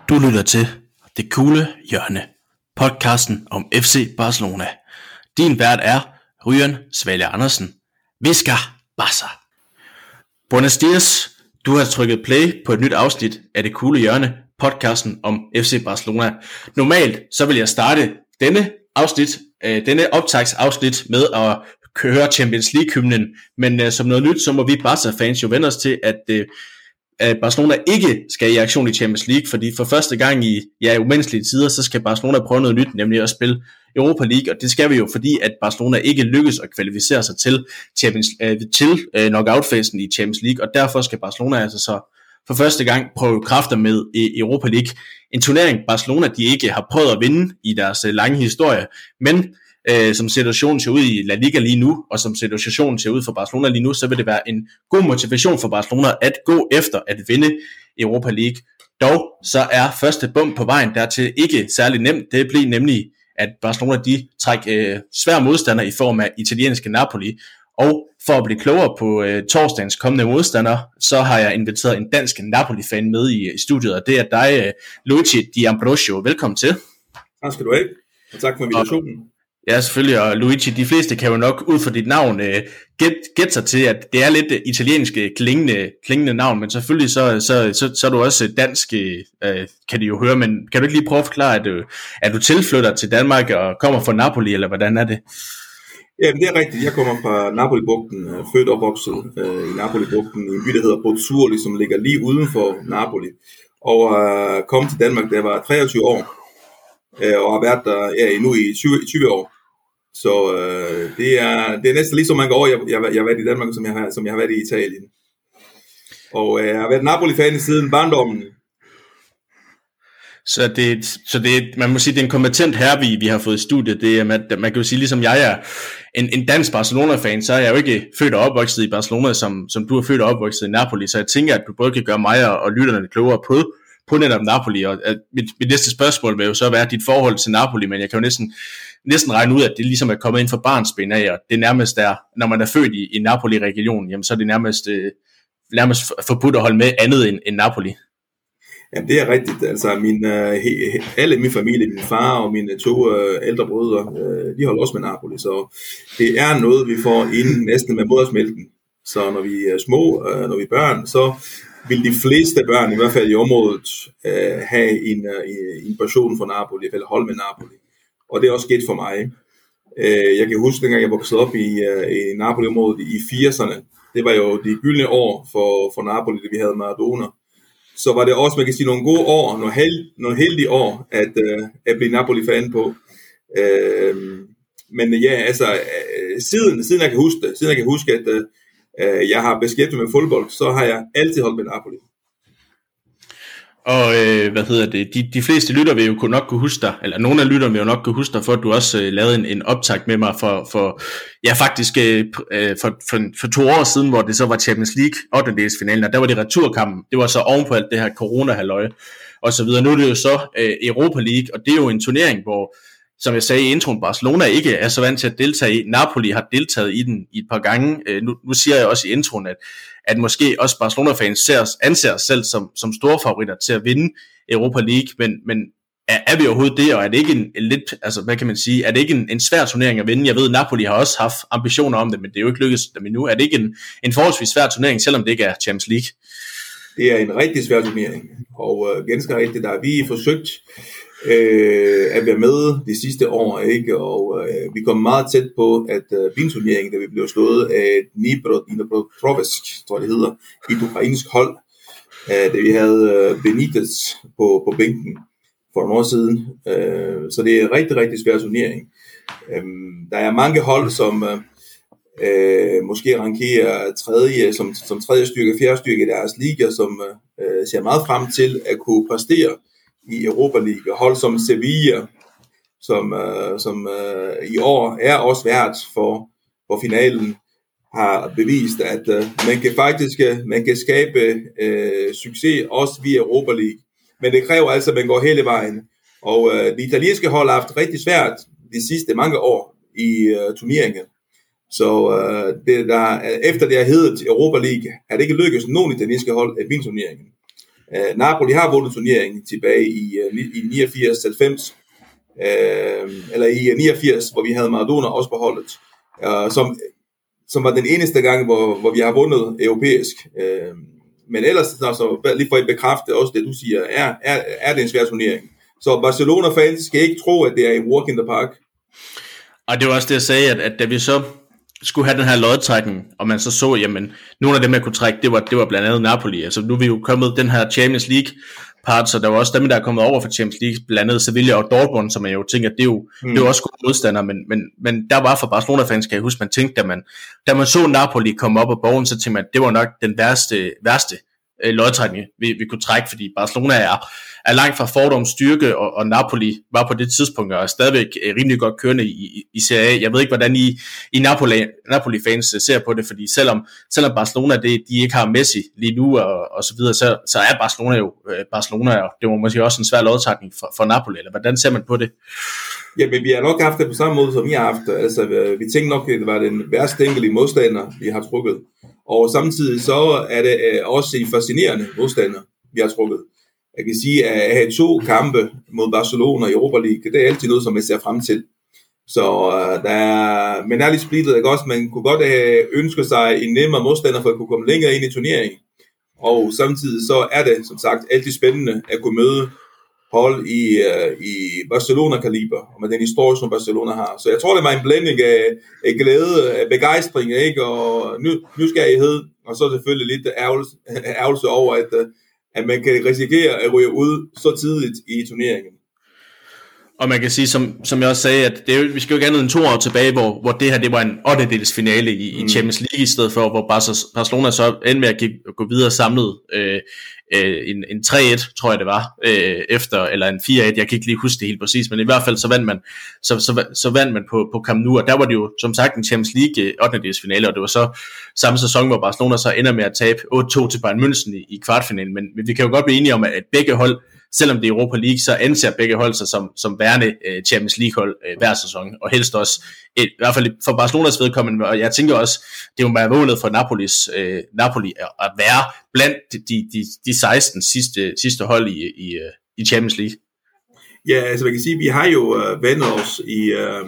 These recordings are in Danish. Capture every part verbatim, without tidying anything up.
Du lytter til Det Coole Hjørne, podcasten om F C Barcelona. Din vært er Ryan Svale Andersen. Vi skal Barca. Buenos dias. Du har trykket play på et nyt afsnit af Det Coole Hjørne, podcasten om F C Barcelona. Normalt så vil jeg starte denne afsnit, øh, denne optagsafsnit med at køre Champions League-hymnen, men øh, som noget nyt, så må vi Barca-fans jo vende os til, at øh, at Barcelona ikke skal i aktion i Champions League, fordi for første gang i ja, umenneskelige tider, så skal Barcelona prøve noget nyt, nemlig at spille Europa League, og det skal vi jo, fordi at Barcelona ikke lykkes at kvalificere sig til, Champions, øh, til øh, knockout-fasen i Champions League, og derfor skal Barcelona altså så for første gang prøve kræfter med i Europa League. En turnering, Barcelona de ikke har prøvet at vinde i deres øh, lange historie, men Øh, som situationen ser ud i La Liga lige nu, og som situationen ser ud for Barcelona lige nu, så vil det være en god motivation for Barcelona at gå efter at vinde Europa League. Dog så er første bump på vejen dertil ikke særlig nemt. Det bliver nemlig, at Barcelona de trækker øh, svær modstander i form af italienske Napoli. Og for at blive klogere på øh, torsdagens kommende modstander, så har jeg inviteret en dansk Napoli-fan med i, i studiet, og det er dig, øh, Luigi Di Ambrosio. Velkommen til. Tak skal du have, og tak for invitationen. Og ja, selvfølgelig, og Luigi, de fleste kan jo nok ud fra dit navn øh, gætte get sig til, at det er lidt italienske klingende, klingende navn, men selvfølgelig så, så, så, så er du også dansk, øh, kan de jo høre, men kan du ikke lige prøve at forklare, at, øh, at du tilflytter til Danmark og kommer fra Napoli, eller hvordan er det? Ja, det er rigtigt. Jeg kommer fra Napoli-bugten, født og vokset øh, i Napoli-bugten, i en by, der hedder Pozzuoli, som ligger lige uden for Napoli, og øh, kom til Danmark, da jeg var treogtyve år, øh, og har været der ja, nu i tyve, tyve år. Så øh, det, er, det er næsten lige så mange år, jeg, jeg, jeg har været i Danmark, som jeg har, som jeg har været i Italien. Og øh, jeg har været Napoli-fan siden barndommen. Så det, så det, man må sige, det er en kompetent herre, vi, vi har fået i studiet. Det er, man, man kan jo sige, ligesom jeg er en, en dansk Barcelona-fan, så er jeg jo ikke født og opvokset i Barcelona, som, som du er født og opvokset i Napoli. Så jeg tænker, at du både kan gøre mig og, og lytterne klogere på, på netop Napoli. Og at mit, mit næste spørgsmål vil jo så være dit forhold til Napoli, men jeg kan jo næsten... næsten regne ud, at det ligesom er kommet ind for barnsben af, og det nærmest er, når man er født i, i Napoli-regionen, jamen så er det nærmest, øh, nærmest forbudt at holde med andet end, end Napoli. Jamen det er rigtigt, altså min, øh, he, alle min familie, min far og mine to øh, ældre brødre, øh, de holder også med Napoli, så det er noget, vi får ind næsten med modersmælken. Så når vi er små, øh, når vi er børn, så vil de fleste børn, i hvert fald i området, øh, have en, øh, en passion for Napoli, eller holde med Napoli. Og det er også sket for mig. Jeg kan huske, dengang jeg voksede op i, i Napoli-området i firserne. Det var jo de gyldne år for, for Napoli, det vi havde Maradona. Så var det også, man kan sige, nogle gode år, nogle, held, nogle heldige år, at, at blive Napoli-fan på. Men ja, altså, siden, siden jeg kan huske det, siden jeg kan huske, at jeg har beskæftiget med fodbold, så har jeg altid holdt med Napoli. Og øh, hvad hedder det, de, de fleste lytter vil jo nok kunne huske dig, eller nogle af lytterne vil jo nok kunne huske dig, for at du også øh, lavede en, en optakt med mig for, for ja faktisk øh, for, for, for to år siden, hvor det så var Champions League ottendedelsfinalen, og der var det returkampen, det var så ovenpå alt det her corona-halløje, og så videre. Nu er det jo så øh, Europa League, og det er jo en turnering, hvor, som jeg sagde i introen, Barcelona ikke er så vant til at deltage i. Napoli har deltaget i den i et par gange. Øh, nu, nu siger jeg også i introen, at at måske også Barcelona-fans ser, anser os selv som, som store favoritter til at vinde Europa League, men, men er, er vi overhovedet det, og er det ikke en, en lidt, altså hvad kan man sige, er det ikke en, en svær turnering at vinde? Jeg ved, Napoli har også haft ambitioner om det, men det er jo ikke lykkedes dem endnu. Er det ikke en, en forholdsvis svær turnering, selvom det ikke er Champions League? Det er en rigtig svær turnering, og øh, ganske rigtigt, der har vi forsøgt øh, at være med de sidste år, ikke? Og øh, vi kom meget tæt på at øh, vindturneringen, da vi blev slået af Dnipropetrovsk, tror jeg det hedder, et ukrainsk hold, øh, da vi havde øh, Benitez på, på bænken for nogle år siden. Øh, så det er en rigtig, rigtig svær turnering. Øh, der er mange hold, som øh, øh, måske rankerer tredje, som, som tredje styrke, fjerde styrke i deres liga, som øh, ser meget frem til at kunne præstere i Europa League. Hold som Sevilla, som, øh, som øh, i år er også vært for, for finalen, har bevist, at øh, man kan faktisk man kan skabe øh, succes også via Europa League. Men det kræver altså, at man går hele vejen. Og øh, de italienske hold har haft rigtig svært de sidste mange år i øh, turneringen. Så øh, det, der, efter det har heddet Europa League, er det ikke lykkedes nogen italienske hold at vinde turneringen. Uh, Napoli har vundet turneringen tilbage i, uh, i niogfirs halvfems, uh, eller i niogfirs, hvor vi havde Maradona også på holdet, uh, som, som var den eneste gang, hvor, hvor vi har vundet europæisk. Uh, men ellers, altså, lige for at bekræfte også det, du siger, er, er, er det en svær turnering. Så Barcelona-fans skal ikke tro, at det er en walk in the park. Og det var også det, jeg sagde, at, at da vi så skulle have den her lodtrækning, og man så så, jamen, nogle af dem, jeg kunne trække, det var, det var blandt andet Napoli. Altså, nu er vi jo kommet den her Champions League part, så der var også dem, der er kommet over for Champions League, blandt andet Sevilla og Dortmund, som man jo tænker, det er jo, mm. det er jo også gode modstandere, men, men, men der var for Barcelona-fans, kan jeg huske, man tænkte, da man, da man så Napoli komme op på borgen, så tænkte man, at det var nok den værste, værste øh, lodtrækning, vi, vi kunne trække, fordi Barcelona er, er langt fra fordoms styrke, og, og Napoli var på det tidspunkt, og er stadigvæk øh, rimelig godt kørende i, i, i Serie A. Jeg ved ikke, hvordan I, I Napoli, Napoli-fans ser på det, fordi selvom, selvom Barcelona, det, de ikke har Messi lige nu, og, og så videre, så, så er Barcelona jo øh, Barcelona, og det var måske også en svær lodtrækning for, for Napoli, eller hvordan ser man på det? Ja, men vi har nok haft det på samme måde, som I har haft. Altså, vi tænkte nok, at det var den værste enkelige modstander, vi har trukket. Og samtidig så er det også en fascinerende modstander, vi har trukket. Jeg kan sige, at have to kampe mod Barcelona i Europa League, det er altid noget, som jeg ser frem til. Så der er, men er lidt splittet, ikke også? Man kunne godt have ønsket sig en nemmere modstander, for at kunne komme længere ind i turneringen. Og samtidig så er det, som sagt, altid spændende at kunne møde hold i, uh, i Barcelona-kaliber, og med den historie, som Barcelona har. Så jeg tror, det var en blanding af, af glæde, af begejstring, ikke? Og nysgerrighed, og så selvfølgelig lidt ærgelse, ærgelse over, at, at man kan risikere at ryge ud så tidligt i turneringen. Og man kan sige, som, som jeg også sagde, at det er jo, vi skal jo ikke andet end to år tilbage, hvor, hvor det her, det var en ottendedels finale i, mm. i Champions League i stedet for, hvor Barcelona så endte med at gik, gå videre samlet øh, øh, en, en tre et, tror jeg det var, øh, efter, eller en fire et, jeg kan ikke lige huske det helt præcis, men i hvert fald så vandt man, så, så, så vandt man på, på Camp Nou, og der var det jo som sagt en Champions League ottendedels finale, og det var så samme sæson, hvor Barcelona så ender med at tabe otte to til Bayern München i, i kvartfinalen, men, men vi kan jo godt blive enige om, at begge hold, selvom det er Europa League, så anser begge hold sig som, som værende uh, Champions League-hold uh, hver sæson, og helst også, et, i hvert fald for Barcelonas vedkommende, og jeg tænker også, det er jo meget målet for Napolis, uh, Napoli at være blandt de, de, de seksten sidste, sidste hold i, i, uh, i Champions League. Ja, altså man kan sige, vi har jo uh, vendt os i... Uh...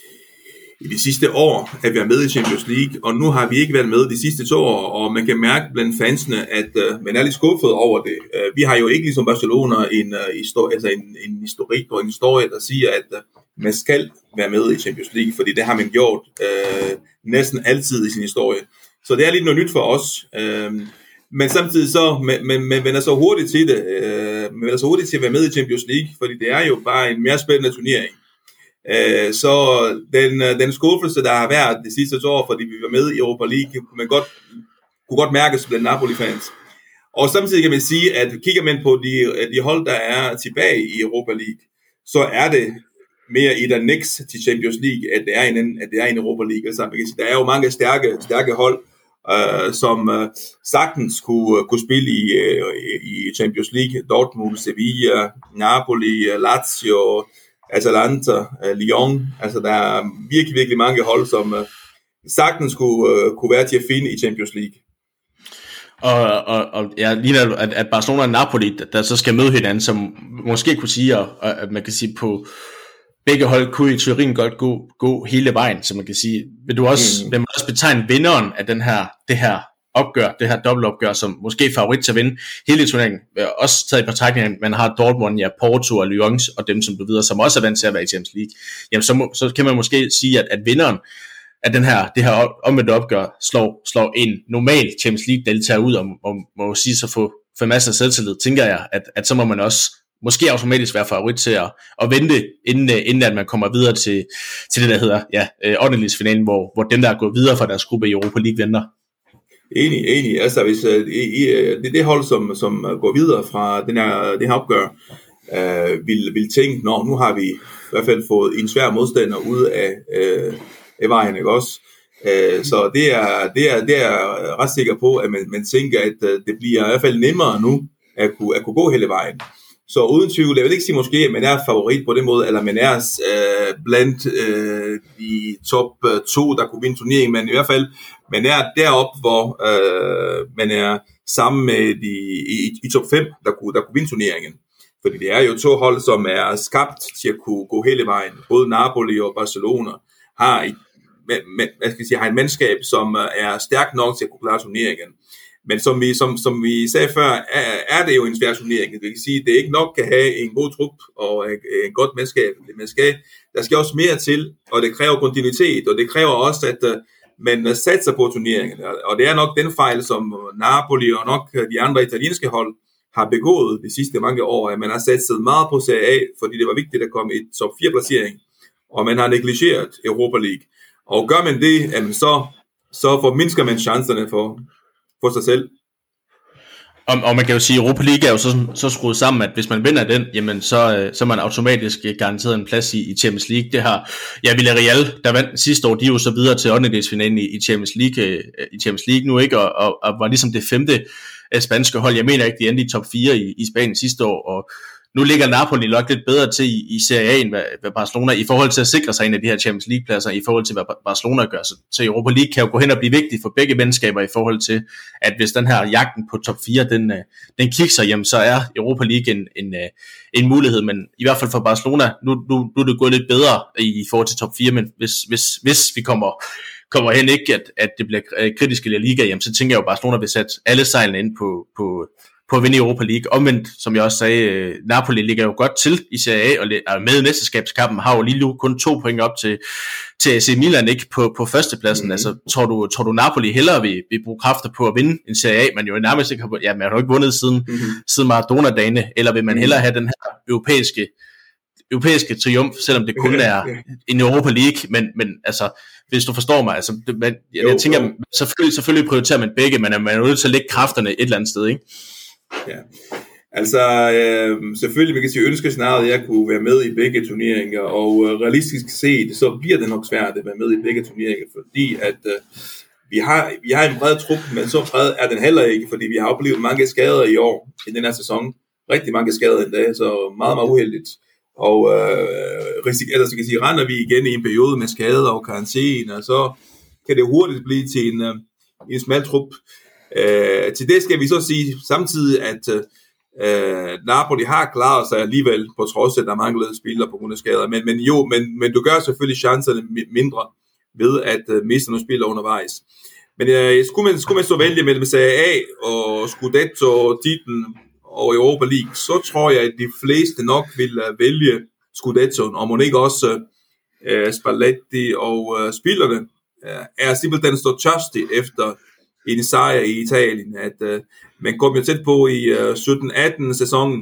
i de sidste år, at vi er med i Champions League, og nu har vi ikke været med de sidste to år, og man kan mærke blandt fansene, at uh, man er lidt skuffet over det. Uh, vi har jo ikke ligesom Barcelona en, uh, histori- altså en, en historik og en historie, der siger, at uh, man skal være med i Champions League, fordi det har man gjort uh, næsten altid i sin historie. Så det er lidt noget nyt for os. Uh, men samtidig så, man, man, man er så hurtigt til det, uh, man er så hurtigt til at være med i Champions League, fordi det er jo bare en mere spændende turnering. Uh, så den, den skuffelse, der har været de sidste to år, fordi vi var med i Europa League, kunne man godt, kunne godt mærkes blandt Napoli-fans. Og samtidig kan man sige, at kigger man på de, de hold, der er tilbage i Europa League, så er det mere i der next til Champions League, at det er en, at det er en Europa League. Altså, man kan sige, der er jo mange stærke, stærke hold, uh, som uh, sagtens kunne, kunne spille i, uh, i Champions League. Dortmund, Sevilla, Napoli, Lazio, Atalanta, uh, Lyon, altså der er virkelig, virkelig mange hold, som uh, sagtens kunne, uh, kunne være til at finde i Champions League. Og, og, og ja, lige der, at, at Barcelona og Napoli, der så skal møde hinanden, som måske kunne sige, at, at man kan sige på begge hold kunne i teorien godt gå, gå hele vejen, så man kan sige, vil du også, mm. vil man også betegne vinderen af den her, det her opgør, det her dobbeltopgør, som måske favorit til at vinde hele turneringen, også taget i betragtning, at man har Dortmund, ja, Porto og Lyon, og dem som du videre, som også er vant til at være i Champions League, jamen så, må, så kan man måske sige, at, at vinderen af den her, det her omvendt opgør, slår, slår en normal Champions League deltager ud, og, og må sige så få, få masser af selvtillid, tænker jeg, at, at så må man også måske automatisk være favorit til at, at vente, inden, inden at man kommer videre til, til det, der hedder ja, ottendedelsfinalen, hvor, hvor dem, der er gået videre fra deres gruppe i Europa League, venter. Enig, enig. Altså, hvis, uh, i, i, det er det hold, som, som går videre fra den her, det her opgør, uh, vil, vil tænke, nå, nu har vi i hvert fald fået en svær modstander ud af, uh, af vejen, ikke også? Uh, så det er, det, er, det er jeg ret sikker på, at man, man tænker, at uh, det bliver i hvert fald nemmere nu, at kunne, at kunne gå hele vejen. Så uden tvivl, jeg vil ikke sige måske, at man er favorit på den måde, eller man er øh, blandt øh, de top øh, to, der kunne vinde turneringen, men i hvert fald, man er deroppe, hvor øh, man er sammen med de i, i top fem, der kunne, der kunne vinde turneringen. Fordi det er jo to hold, som er skabt til at kunne gå hele vejen. Både Napoli og Barcelona har, et, hvad skal jeg sige, har en mandskab, som er stærkt nok til at kunne klare turneringen. Men som vi, som, som vi sagde før, er, er det jo en svær turnering. Det vil sige, at det ikke nok kan have en god trup og en, en godt mandskab. Man skal, der skal også mere til, og det kræver kontinuitet, og det kræver også, at uh, man satser på turneringen. Og det er nok den fejl, som Napoli og nok de andre italienske hold har begået de sidste mange år, at man har satset meget på Serie A, fordi det var vigtigt at komme i et top fire placering, og man har negligeret Europa League. Og gør man det, jamen så, så formindsker man chancerne for, for sig selv. Og, og man kan jo sige, at Europa League er jo så, så skruet sammen, at hvis man vinder den, jamen så, så er man automatisk garanteret en plads i, i Champions League. Det har, ja, Villarreal, der vandt sidste år, de er jo så videre til ottendedelsfinalen i, i Champions League, i Champions League nu, ikke? Og, og, og var ligesom det femte spanske hold. Jeg mener ikke, de endte i top fire i, i Spanien sidste år, og nu ligger Napoli nok lidt bedre til i, i Serie A end hvad, hvad Barcelona, i forhold til at sikre sig en af de her Champions League-pladser, i forhold til hvad Barcelona gør. Så, så Europa League kan jo gå hen og blive vigtig for begge mandskaber i forhold til, at hvis den her jagten på top fire, den, den kikser hjem, så er Europa League en, en, en mulighed, men i hvert fald for Barcelona, nu, nu, nu er det gået lidt bedre i, i forhold til top fire, men hvis, hvis, hvis vi kommer kommer hen ikke, at, at det bliver kritisk i La Liga, jamen, så tænker jeg jo, at Barcelona vil sætte alle sejlene ind på, på, på at vinde Europa League. Omvendt, som jeg også sagde, Napoli ligger jo godt til i Serie A, og er med i mesterskabskampen, har jo lige nu kun to point op til, til A C Milan, ikke på, på førstepladsen. Mm-hmm. Altså, tror du, tror du Napoli hellere vil, vil bruge kræfter på at vinde en Serie A, man jo nærmest ikke har, ja, man har jo ikke vundet siden, mm-hmm. siden Maradona-dagene, eller vil man hellere have den her europæiske europæiske triumf, selvom det kun er en Europa League, men, men altså, hvis du forstår mig, altså, det, man, jeg, jeg tænker, selvfølgelig, selvfølgelig prioriterer man begge, men man er nødt til at lægge kræfterne et eller andet sted, ikke? Ja, altså, øh, selvfølgelig, vi kan sige, ønskescenariet, jeg kunne være med i begge turneringer, og øh, realistisk set, så bliver det nok svært at være med i begge turneringer, fordi at øh, vi, har, vi har en bred trup, men så bred er den heller ikke, fordi vi har oplevet mange skader i år, i den her sæson, rigtig mange skader endda, så meget, meget uheldigt. Og øh, risik, altså, så kan sige, render vi igen i en periode med skader og karantæne, og så kan det hurtigt blive til en, øh, en smal trup. Øh, til det skal vi så sige samtidig, at øh, Napoli har klaret sig alligevel, på trods af, at der manglede spillere på grund af skader. Men, men jo, men, men du gør selvfølgelig chancerne mindre ved at øh, miste nogle spillere undervejs. Men øh, skulle, man, skulle man så vælge mellem Serie A og Scudetto, titlen og Europa League, så tror jeg, at de fleste nok vil uh, vælge Scudettoen, og må ikke også uh, Spalletti og uh, spillerne uh, er simpelthen så tørstige efter en sejr i Italien, at uh, man kom jo tæt på i uh, sytten atten sæsonen,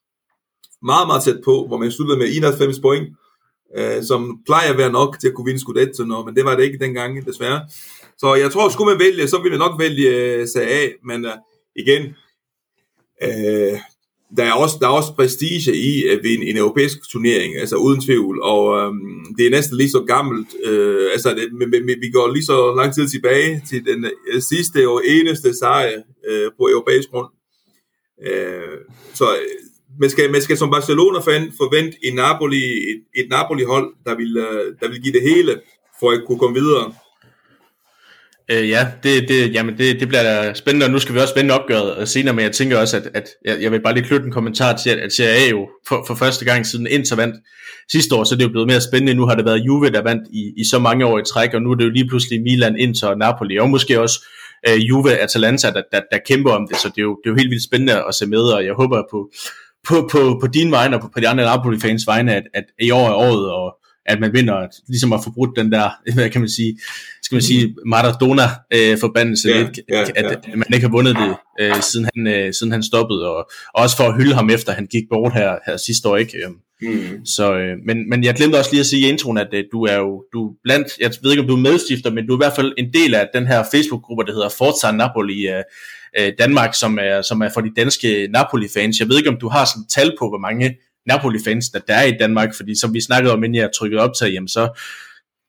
meget, meget tæt på, hvor man sluttede med enoghalvfems point, uh, som plejer at være nok til at kunne vinde Scudettoen, men det var det ikke dengang, desværre. Så jeg tror, skulle man vælge, så ville man nok vælge uh, Serie A, men uh, igen, Øh, der er også der er også prestige i at vinde en europæisk turnering, altså uden tvivl, og øhm, det er næsten lige så gammelt, øh, altså det, vi, vi går lige så lang tid tilbage til den øh, sidste og eneste sejr øh, på europæisk grund. Øh, så man skal, man skal som Barcelona-fan forvente en Napoli, et, et Napoli-hold, der vil, øh, der vil give det hele for at kunne komme videre. Øh, ja, det, det, jamen det, det bliver da spændende, og nu skal vi også spænde opgøret senere, men jeg tænker også, at, at jeg, jeg vil bare lige knytte en kommentar til, at, at Serie A jo for, for første gang siden Inter vandt sidste år, så det er jo blevet mere spændende. Nu har det været Juve, der vandt i, i så mange år i træk, og nu er det jo lige pludselig Milan, Inter og Napoli, og måske også øh, Juve, Atalanta, der, der, der kæmper om det, så det er, jo, det er jo helt vildt spændende at se med, og jeg håber på, på, på, på din vegne og på, på de andre Napoli-fans vegne, at, at i år er året, og at man vinder, at, ligesom at få brudt den der, hvad kan man sige, skal man sige, Maradona-forbandelse, øh, lidt, ja, ja, ja. At man ikke har vundet det, øh, siden, han, øh, siden han stoppede, og, og også for at hylde ham efter, han gik bort her, her sidste år, ikke? Mm. Så, øh, men, men jeg glemte også lige at sige i introen, at øh, du er jo, du blandt, jeg ved ikke om du er medstifter, men du er i hvert fald en del af den her Facebook-gruppe, der hedder Forza Napoli øh, øh, Danmark, som er, som er for de danske Napoli-fans. Jeg ved ikke, om du har sådan et tal på, hvor mange Napoli-fans, der, der er i Danmark, fordi som vi snakkede om, inden jeg trykkede op til, jamen så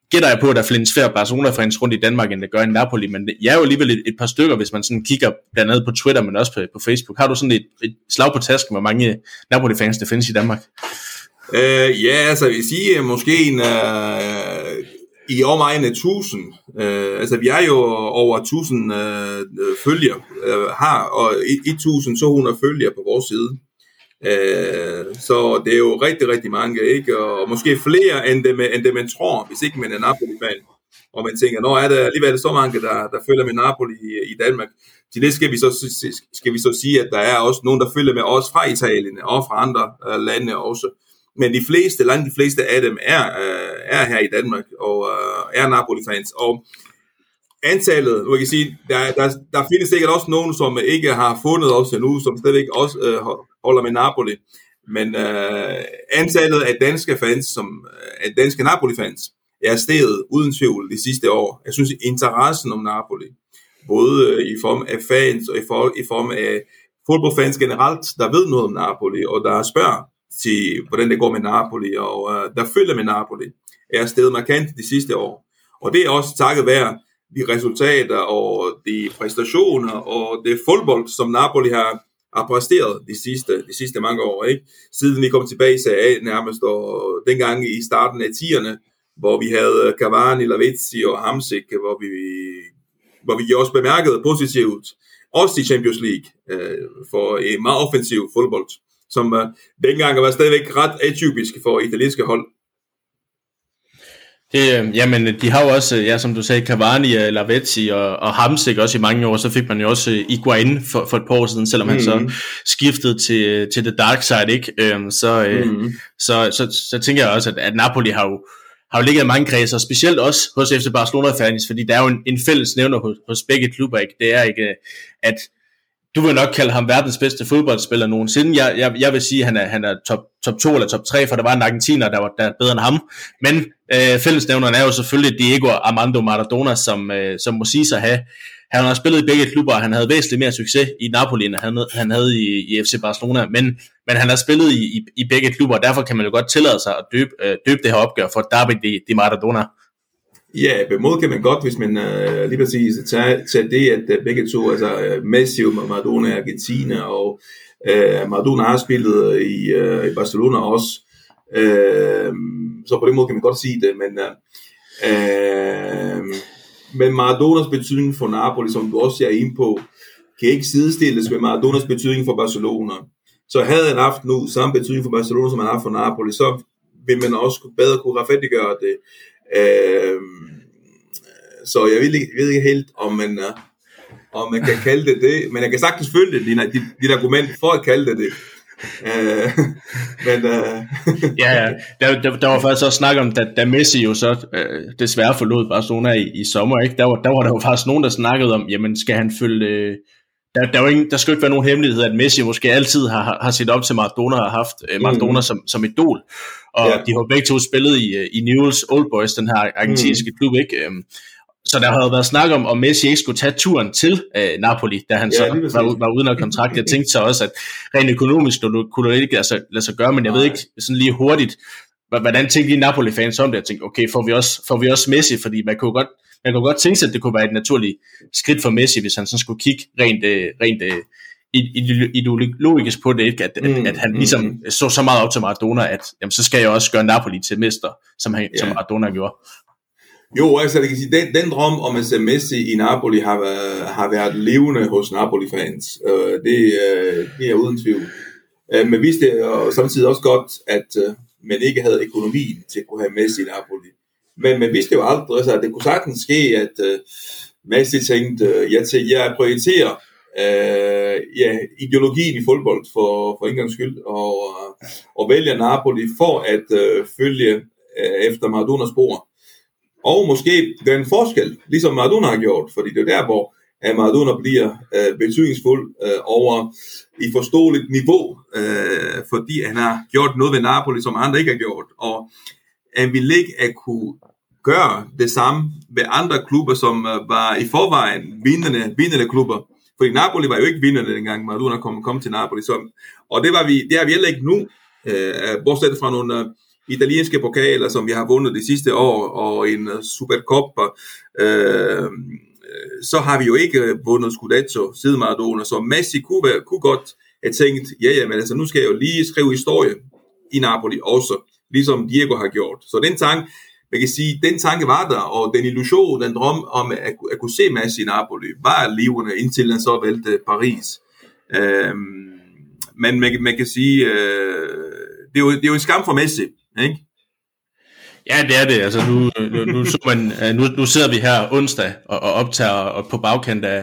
gætter jeg på, at der findes flere Barcelona-fans rundt i Danmark, end der gør i Napoli, men jeg er jo alligevel et, et par stykker, hvis man sådan kigger blandt andet på Twitter, men også på, på Facebook. Har du sådan et, et slag på tasken, hvor mange Napoli-fans der findes i Danmark? Uh, ja, altså jeg vil sige, måske en, uh, i omegn af tusind. Uh, altså vi er jo over tusind uh, følger, uh, har, og et tusind to hundrede følger på vores side. Uh, så det er jo rigtig, rigtig mange, ikke? Og måske flere, end det, end det man tror, hvis ikke man er Napoli-fan. Og man tænker, nå er det alligevel så mange, der, der følger med Napoli i, i Danmark. Til det skal vi, så, skal vi så sige, at der er også nogen, der følger med os fra Italien og fra andre uh, lande også. Men de fleste, langt de fleste af dem er, uh, er her i Danmark og uh, er Napoli-fans. Og antallet, nu kan jeg sige, der, der, der findes sikkert også nogen, som ikke har fundet os endnu, som stadigvæk også uh, holder med Napoli. Men uh, antallet af danske fans, som af danske Napoli-fans, er steget uden tvivl de sidste år. Jeg synes, interessen om Napoli, både uh, i form af fans og i, for, i form af fodboldfans generelt, der ved noget om Napoli, og der spørger til, hvordan det går med Napoli, og uh, der følger med Napoli, er steget markant de sidste år. Og det er også takket være de resultater og de præstationer og det fodbold, som Napoli har, har præsteret de sidste, de sidste mange år, ikke? Siden vi kom tilbage i Serie A nærmest, og dengang i starten af tierne, hvor vi havde Cavani, Lavezzi og Hamsik, hvor vi, hvor vi også bemærkede positivt, også i Champions League, øh, for en meget offensiv fodbold, som øh, dengang var stadigvæk ret atypisk for italienske hold. Det, jamen, de har jo også, ja, som du sagde, Cavani, Lavezzi og, og Hamsik også i mange år. Så fik man jo også Higuaín for, for et par år siden, selvom mm. han så skiftede til, til the dark side, ikke? Øhm, så, mm. øh, så, så, så tænker jeg også, at, at Napoli har jo, har jo ligget i mange kredser, specielt også hos F C Barcelona-fans, fordi der er jo en, en fælles nævner hos, hos begge klubber, ikke? Det er ikke, at du vil nok kalde ham verdens bedste fodboldspiller nogensinde. Jeg, jeg, jeg vil sige, at han er, han er top, top to eller top tre, for der var en argentiner, der var der bedre end ham. Men øh, fællesnævneren er jo selvfølgelig Diego Armando Maradona, som, øh, som må sige sig have. Han har spillet i begge klubber, og han havde væsentligt mere succes i Napoli, end han, han havde i, i F C Barcelona. Men, men han har spillet i, i, i begge klubber, og derfor kan man jo godt tillade sig at døbe, øh, døbe det her opgør for Derby de, de Maradona. Ja, på en måde kan man godt, hvis man uh, lige præcis tager, tager det, at uh, begge to, altså uh, Messi og Maradona i Argentina, og uh, Maradona har spillet i, uh, i Barcelona også, uh, så på den måde kan man godt sige det, men, uh, uh, men Maradonas betydning for Napoli, som du også er inde på, kan ikke sidestilles med Maradonas betydning for Barcelona. Så havde han haft nu samme betydning for Barcelona, som han har haft for Napoli, så vil man også bedre kunne retfærdiggøre det. Øh, så jeg ved, ikke, ved ikke helt om man, uh, om man kan kalde det det, men jeg kan sagtens følge dit, dit, dit argument for at kalde det det. Uh, men, uh... ja, ja. Der, der, der var faktisk også snak om, da, da Messi jo så øh, desværre forlod Barcelona i, i sommer, ikke? Der, var, der var der jo faktisk nogen, der snakkede om, jamen skal han følge... Øh, der, der, var ingen, der skal ikke være nogen hemmelighed, at Messi måske altid har, har set op til Maradona og har haft øh, Maradona mm. som, som idol. Og ja. De har begge to spillet i, i Newell's Old Boys, den her argentinske mm. klub, ikke? Så der havde været snak om, om Messi ikke skulle tage turen til øh, Napoli, da han ja, så var, var uden af kontrakt. Jeg tænkte så også, at rent økonomisk kunne det ikke lade sig, lade sig gøre, men jeg Nej. ved ikke sådan lige hurtigt, hvordan tænkte lige Napoli-fans om det? Jeg tænkte, okay, får vi også, får vi også Messi, fordi man kunne godt, man kunne godt tænke sig, at det kunne være et naturligt skridt for Messi, hvis han sådan skulle kigge rent, rent ideologisk på det, ikke? At, mm, at, at han ligesom mm, så så meget op til Maradona, at jamen, så skal jeg også gøre Napoli til mester, som, han, yeah. som Maradona gjorde. Jo, altså jeg kan sige, den, den drøm om at se Messi i Napoli har været, har været levende hos Napoli-fans. Uh, det, uh, det er uden tvivl. Uh, men vidste det og samtidig også godt, at uh, man ikke havde økonomien til at kunne have Messi i Napoli. Men man vidste jo aldrig, altså, at det kunne sagtens ske, at uh, Messi tænkte, uh, jeg, til, jeg prioriterer uh, ja, ideologien i fodbold for, for en gangs skyld, og, uh, og vælger Napoli for at uh, følge uh, efter Maradonas spor. Og måske den forskel, ligesom Maradona har gjort, fordi det er der, hvor Maradona bliver øh, betydningsfuld øh, over i forståeligt niveau, øh, fordi han har gjort noget ved Napoli, som andre ikke har gjort. Og han ville ikke at kunne gøre det samme ved andre klubber, som øh, var i forvejen vindende, vindende klubber. Fordi Napoli var jo ikke vindende dengang Maradona kom, kom til Napoli. Så, og det, var vi, det har vi heller ikke nu, øh, bortset fra nogle... Øh, italienske pokaler, som vi har vundet de sidste år, og en Supercoppa, øh, så har vi jo ikke vundet Scudetto siden Maradona, så Messi kunne, være, kunne godt have tænkt, ja, ja, men altså nu skal jeg jo lige skrive historie i Napoli også, ligesom Diego har gjort. Så den tanke, man kan sige, den tanke var der, og den illusion, den drøm om at, at kunne se Messi i Napoli, var levende, indtil han så valgte Paris. Øhm, men man, man kan sige, øh, det, er jo, det er jo en skam for Messi, ikke? Ja, det er det. Altså nu, nu, nu, så man, nu, nu sidder vi her onsdag og, og optager og på bagkant af,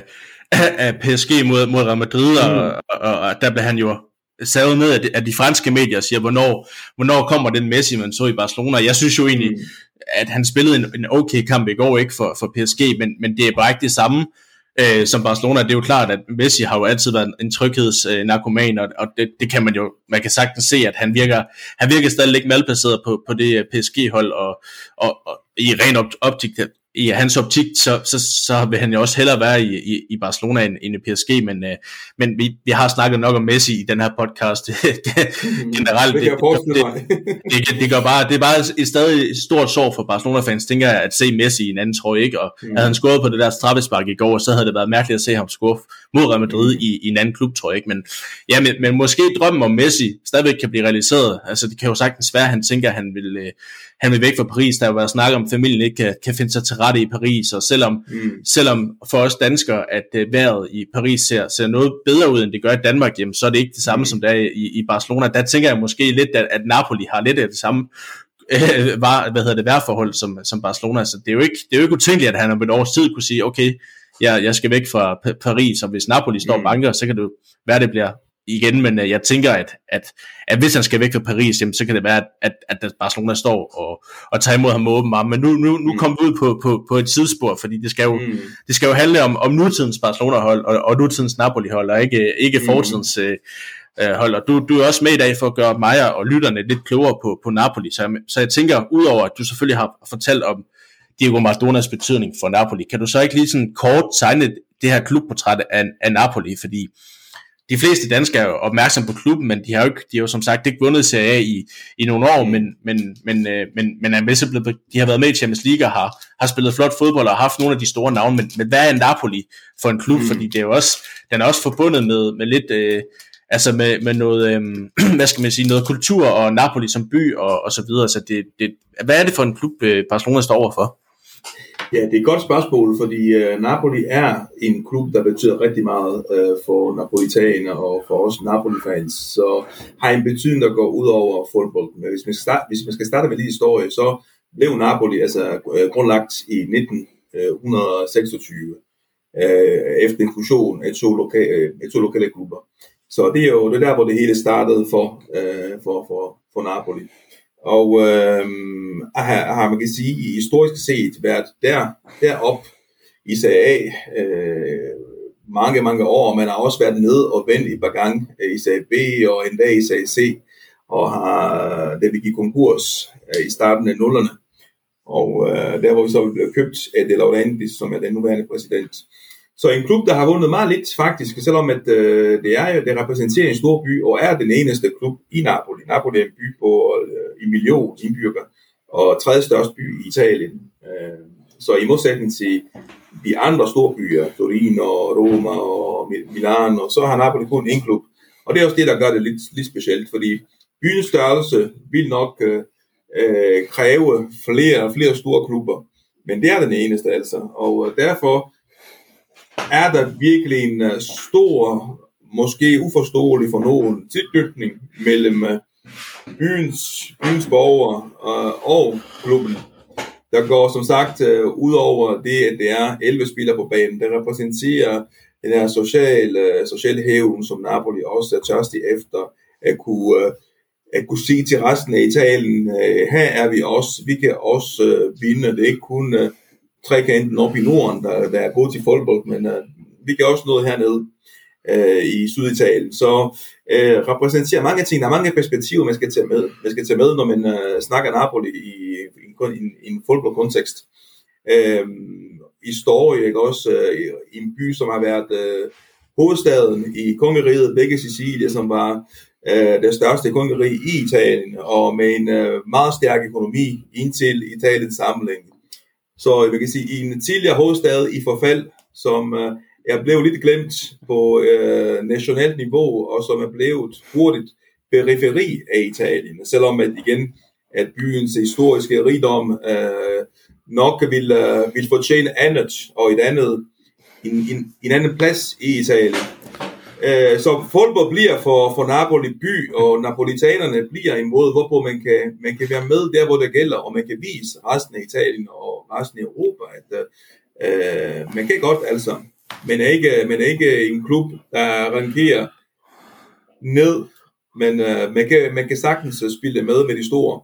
af P S G mod, mod Real Madrid, mm. og, og, og der blev han jo savet med, at de, at de franske medier siger, hvornår, hvornår kommer den Messi, man så i Barcelona. Jeg synes jo egentlig, mm. at han spillede en, en okay kamp i går, ikke for, for P S G, men, men det er bare ikke det samme øh, som Barcelona. Det er jo klart, at Messi har jo altid været en tryghedsnarkoman, og, og det, det kan man jo, man kan sagtens se, at han virker, han virker stadig ikke malplaceret på, på det P S G-hold, og, og, og i ren op- optik, i hans optik, så, så, så vil han jo også hellere være i, i, i Barcelona end, end i P S G, men, øh, men vi, vi har snakket nok om Messi i den her podcast generelt. Det, det, det, det, det, det, gør bare, det er bare et stadig stort sorg for Barcelona-fans, tænker jeg, at se Messi i en anden trøje, ikke? Og mm. havde han scoret på det der straffespark i går, så havde det været mærkeligt at se ham score mod Real Madrid i, i en anden klub, tror jeg, ikke? Men, ja, men, men måske drømmen om Messi stadigvæk kan blive realiseret. Altså, det kan jo sagtens være, at han tænker, at han vil, øh, han vil væk fra Paris. Der har jo været snakket om, at familien ikke kan, kan finde sig til rette i Paris, og selvom, mm. selvom for os danskere, at øh, vejret i Paris ser, ser noget bedre ud, end det gør i Danmark, jamen, så er det ikke det samme, mm. som det er i, i Barcelona. Der tænker jeg måske lidt, at, at Napoli har lidt af det samme øh, var, hvad hedder det, vejrforhold som, som Barcelona. Så det er jo ikke, det er jo ikke utænkeligt, at han om et års tid kunne sige, okay, jeg, jeg skal væk fra P- Paris, og hvis Napoli står mm. banker, så kan det jo være, det bliver igen, men jeg tænker, at, at, at hvis han skal væk fra Paris, jamen, så kan det være, at, at, at Barcelona står og, og tager imod ham med åben arm. Men nu, nu, nu mm. kommer vi ud på, på, på et sidespor, fordi det skal jo, mm. det skal jo handle om, om nutidens Barcelona-hold og, og nutidens Napoli-hold, og ikke, ikke mm. fortidens øh, hold. Og du, du er også med i dag for at gøre mig og lytterne lidt klogere på, på Napoli. Så jeg, så jeg tænker, udover at du selvfølgelig har fortalt om Diego Maradonas betydning for Napoli, kan du så ikke lige sådan kort tegne det her klubportræt af, af Napoli, fordi de fleste danskere er jo opmærksomme på klubben, men de har jo ikke, de har jo som sagt ikke vundet Serie A i, i nogle år, men, men, men, men, men er med, blevet, de har været med i Champions League og har, har spillet flot fodbold og har haft nogle af de store navne, men, men hvad er Napoli for en klub? Mm. Fordi det er jo også, den er også forbundet med, med lidt, øh, altså med, med noget, øh, hvad skal man sige, noget kultur og Napoli som by og, og så videre, så det, det, hvad er det for en klub, Barcelona står overfor? Ja, det er et godt spørgsmål, fordi uh, Napoli er en klub, der betyder rigtig meget uh, for napolitaner og for os Napoli-fans, så har en betydning, der går ud over fodbold. Men hvis man, start, hvis man skal starte med lidt historie, så blev Napoli altså uh, grundlagt i nitten seksogtyve uh, efter en fusion af to, loka- af to lokale klubber. Så det er jo det der, hvor det hele startede for, uh, for, for, for Napoli. Og øh, har, har man kan sige historisk set været der derop i Serie A øh, mange mange år. Man har også været ned og vendt i Bagang i Serie B og endda i Serie C, og har det vi gik konkurs øh, i starten af nullerne. Og øh, der hvor vi så blev købt af De Laurentiis, som er den nuværende præsident. Så en klub, der har vundet meget lidt faktisk, selvom at, øh, det, er, det repræsenterer en stor by, og er den eneste klub i Napoli. Napoli er en by på øh, en million indbyggere, og tredje største by i Italien. Øh, så i modsætning til de andre store byer, Torino, Roma og Milano, så har Napoli kun en klub. Og det er også det, der gør det lidt, lidt specielt, fordi byens størrelse vil nok øh, øh, kræve flere og flere store klubber, men det er den eneste altså, og øh, derfor er der virkelig en uh, stor, måske uforståelig for nogen, tilknytning mellem uh, byens, byens borgere uh, og klubben. Der går som sagt uh, ud over det, at det er elleve spillere på banen. Det repræsenterer den her social, uh, social hævn, som Napoli også er tørstig efter at kunne, uh, at kunne sige til resten af Italien, uh, her er vi også, vi kan også uh, vinde. Det er ikke kun uh, trekanten op i Norden, der, der er god til fodbold, men uh, vi kan også noget hernede uh, i Syditalien. Så uh, repræsenterer mange ting, der er mange perspektiver, man skal tage med, man skal tage med når man uh, snakker Napoli i, i, i, i en fodboldkontekst. Uh, historie, ikke også, uh, i en by, som har været uh, hovedstaden i kongeriget, begge Sicilier, som var øh, det største kongerige i Italien, og med en øh, meget stærk økonomi indtil Italiens samling. Så vi kan sige, i en tidligere hovedstad i forfald, som øh, er blevet lidt glemt på øh, nationalt niveau, og som er blevet hurtigt periferi af Italien, selvom at igen, at byens historiske rigdom øh, nok vil, øh, vil fortjene andet, og et andet, en, en, en anden plads i Italien. Øh, så fodbold bliver for, for Napoli by, og napolitanerne bliver en måde, hvorpå man kan, man kan være med der, hvor det gælder, og man kan vise resten af Italien og resten af Europa, at øh, man kan godt altså, men er ikke, men er ikke en klub, der rangerer ned, men øh, man, kan, man kan sagtens spille med med de store.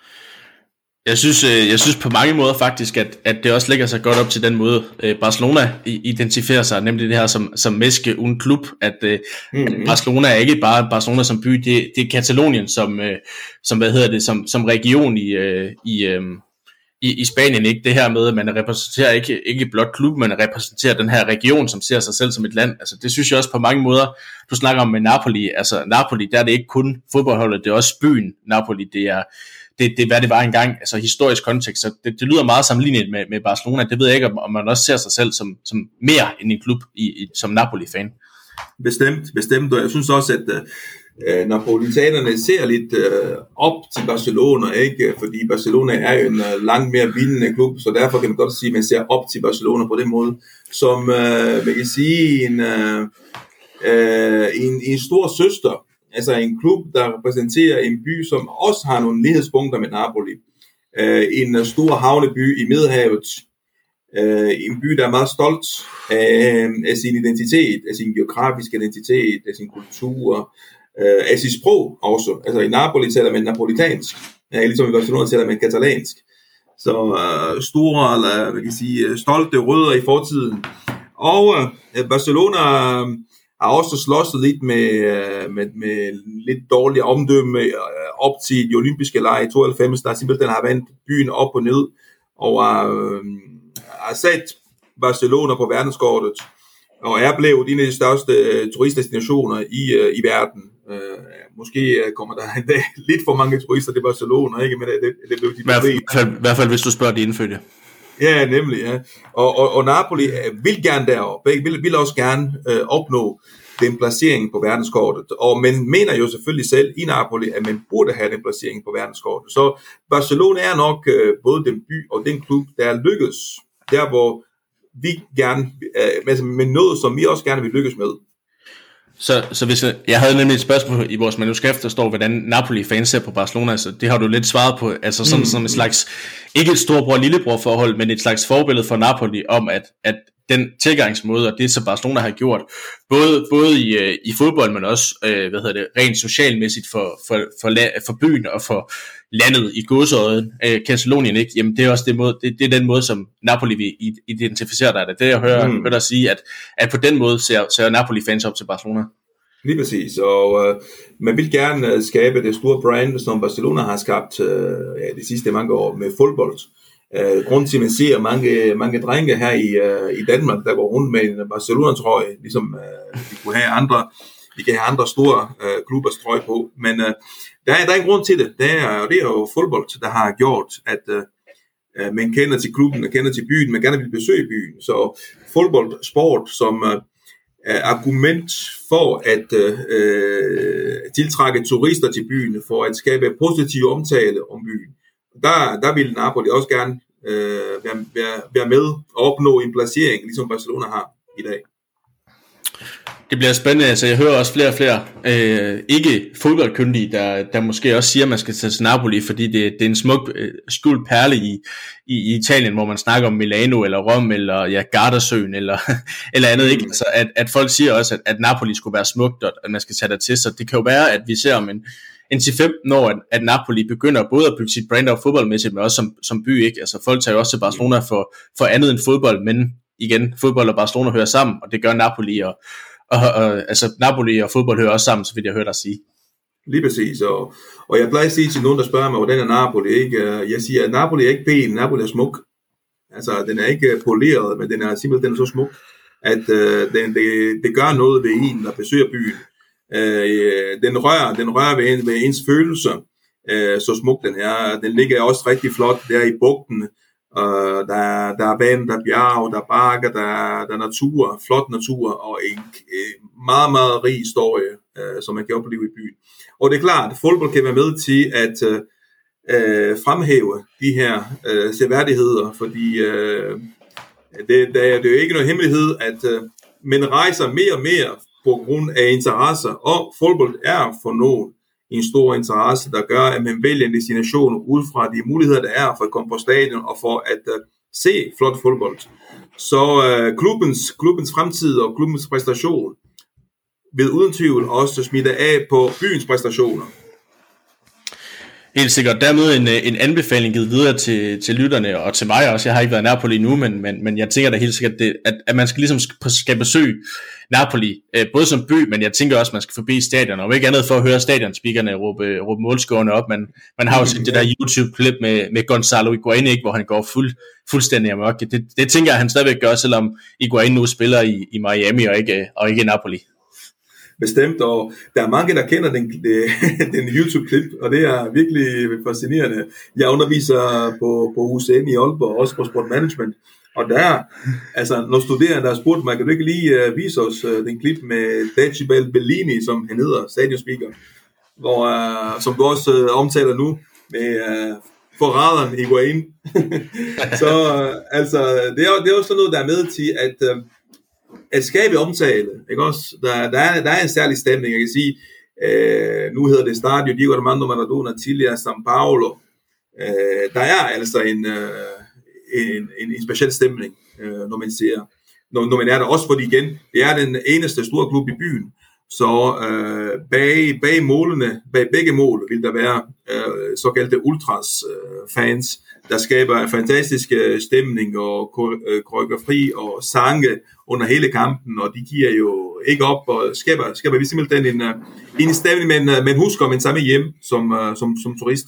Jeg synes, jeg synes på mange måder faktisk, at, at det også lægger sig godt op til den måde, Barcelona identificerer sig, nemlig det her som, som meske uden klub, at, mm-hmm. at Barcelona er ikke bare Barcelona som by, det, det er Katalonien som, som, hvad hedder det, som, som region i, i, i, i Spanien, ikke? Det her med, at man repræsenterer ikke, ikke blot klub, man repræsenterer den her region, som ser sig selv som et land. Altså, det synes jeg også på mange måder, du snakker om med Napoli, altså Napoli, der er det ikke kun fodboldholdet, det er også byen Napoli, det er Det, det hvad det var engang, altså historisk kontekst, så det, det lyder meget sammenlignet med, med Barcelona. Det ved jeg ikke, om man også ser sig selv som, som mere end en klub i, i, som Napoli-fan. Bestemt, bestemt, og jeg synes også, at øh, napolitanerne ser lidt øh, op til Barcelona, ikke? Fordi Barcelona er jo en øh, langt mere vindende klub, så derfor kan man godt sige, at man ser op til Barcelona på den måde, som øh, man kan sige en, øh, øh, en, en stor søster. Altså en klub, der repræsenterer en by, som også har nogle lighedspunkter med Napoli. Uh, en stor havneby i Middelhavet. Uh, en by, der er meget stolt af, af sin identitet, af sin geografiske identitet, af sin kultur, uh, af sit sprog også. Altså i Napoli taler man napolitansk, uh, ligesom i Barcelona taler man katalansk. Så uh, store, eller hvad kan jeg sige, stolte rødder i fortiden. Og uh, Barcelona Uh, har også slåsset lidt med, med, med lidt dårlig omdømme op til de olympiske lege i tooghalvfems, der simpelthen har vendt byen op og ned, og har, øh, har sat Barcelona på verdenskortet, og er blevet en af de største turistdestinationer i, i verden. Øh, måske kommer der en dag lidt for mange turister til Barcelona, ikke? Men det, det blev de I hvert fald, i hvert fald, hvis du spørger de indfødte. Ja, nemlig, ja. Og, og, og Napoli vil gerne deroppe, vil, vil også gerne øh, opnå den placering på verdenskortet, og man mener jo selvfølgelig selv i Napoli, at man burde have den placering på verdenskortet. Så Barcelona er nok øh, både den by og den klub, der er lykkes, der hvor vi gerne, øh, med noget, som vi også gerne vil lykkes med. Så, så hvis jeg, jeg havde nemlig et spørgsmål i vores manuskript, der står, hvordan Napoli-fans ser på Barcelona, så det har du lidt svaret på, altså sådan, mm. som et slags, ikke et storbror-lillebror forhold, men et slags forbillede for Napoli om, at, at den tilgangsmåde, og det som Barcelona har gjort, både, både i, i fodbold, men også øh, hvad hedder det, rent socialmæssigt for, for, for, for byen og for landet i godsøjen, øh, Katalonien, ikke? Jamen det er også det, måde, det, det er den måde, som Napoli vil identificere dig. Det jeg hører, mm. hører dig sige, at, at på den måde ser, ser Napoli-fans op til Barcelona. Lige præcis, og øh, man vil gerne øh, skabe det store brand, som Barcelona har skabt øh, ja, de sidste mange år med fodbold. Uh, grund til, at man ser mange, mange drenge her i, uh, i Danmark, der går rundt med en Barcelona-trøje, ligesom uh, vi kunne have andre, vi kan have andre store uh, klubbers trøje på, men uh, der, er, der er en grund til det, det er, og det er jo fodbold, der har gjort, at uh, man kender til klubben, man kender til byen, man gerne vil besøge byen, så fodbold, sport som uh, argument for at uh, tiltrække turister til byen, for at skabe positiv omtale om byen. Der, der vil Napoli også gerne øh, være, være, være med og opnå en placering, ligesom Barcelona har i dag. Det bliver spændende, altså jeg hører også flere og flere øh, ikke fodboldkyndige, der, der måske også siger, at man skal tage til Napoli, fordi det, det er en smuk øh, skjult perle i, i, i Italien, hvor man snakker om Milano eller Rom eller ja, Gardasøen eller, eller andet, ikke? Altså, at, at folk siger også, at, at Napoli skulle være smukt, og at man skal tage der til, så det kan jo være, at vi ser om en en til femten år, at, at Napoli begynder både at bygge sit brand op fodboldmæssigt, men også som, som by, ikke? Altså folk tager jo også til Barcelona for, for andet end fodbold, men igen, fodbold og Barcelona hører sammen, og det gør Napoli, og, og, og altså Napoli og fodbold hører også sammen, så vidt jeg hørte dig sige. Lige præcis, og, og jeg plejer at sige til nogen, der spørger mig, hvordan er Napoli, ikke? Jeg siger, at Napoli er ikke pæn, Napoli er smuk. Altså, den er ikke poleret, men den er simpelthen så smuk, at uh, den, det, det gør noget ved en, der besøger byen. Øh, den rører, den rører ved, en, ved ens følelser, øh, så smuk den er. Den ligger også rigtig flot der i bugten. Øh, der, der er vand, der er bjerg, der er bakker, der, der er natur, flot natur og en øh, meget, meget rig historie, øh, som man kan opleve i byen. Og det er klart, at fodbold kan være med til at øh, fremhæve de her øh, seværdigheder, fordi øh, det, det, er, det er jo ikke noget hemmelighed, at øh, man rejser mere og mere på grund af interesser, og fodbold er for nogen en stor interesse, der gør, at man vælger en destination ud fra de muligheder, der er for at komme på stadion og for at uh, se flot fodbold. Så uh, klubbens, klubbens fremtid og klubbens præstation vil uden tvivl også smitte af på byens præstationer. Helt sikkert. Dermed en, en anbefaling givet videre til, til lytterne og til mig også. Jeg har ikke været i Napoli endnu, men, men, men jeg tænker da helt sikkert, det, at, at man skal ligesom skal besøge Napoli, øh, både som by, men jeg tænker også, at man skal forbi stadion, og ikke andet for at høre stadionspeakerne råbe, råbe målscorerne op. Man, man har jo set det der YouTube-klip med, med Gonzalo Higuain, ikke, hvor han går fuld, fuldstændig amok. Det, det tænker jeg, han stadigvæk gør, selvom Higuain nu spiller i, i Miami og ikke, og ikke i Napoli. Bestemt, og der er mange, der kender den, den YouTube-klip, og det er virkelig fascinerende. Jeg underviser på, på U C N i Aalborg, også på Sport Management, og der, altså, når studerende der har spurgt mig, kan du ikke lige uh, vise os uh, den klip med Decibel Bellini, som han hedder, stadionspeaker, hvor, uh, som du også uh, omtaler nu, med uh, forræderen Higuain. Så uh, altså, det er, det er også noget, der er med til, at uh, at skabe omtale, ikke også? Der, der, er, der er en særlig stemning, jeg kan sige. Øh, nu hedder det Stadio Diego Armando Maradona, tidligere São Paulo. Øh, der er altså en, øh, en, en, en speciel stemning, øh, når man ser, når, når man er der. Også fordi igen, det er den eneste store klub i byen. Så øh, bag, bag målene, bag begge mål, vil der være øh, såkaldte ultras øh, fans, der skaber fantastisk stemning og koreografi og sange under hele kampen, og de giver jo ikke op og skaber, skaber vi simpelthen en, en stemning, men man husker man samme hjem som, som, som turist.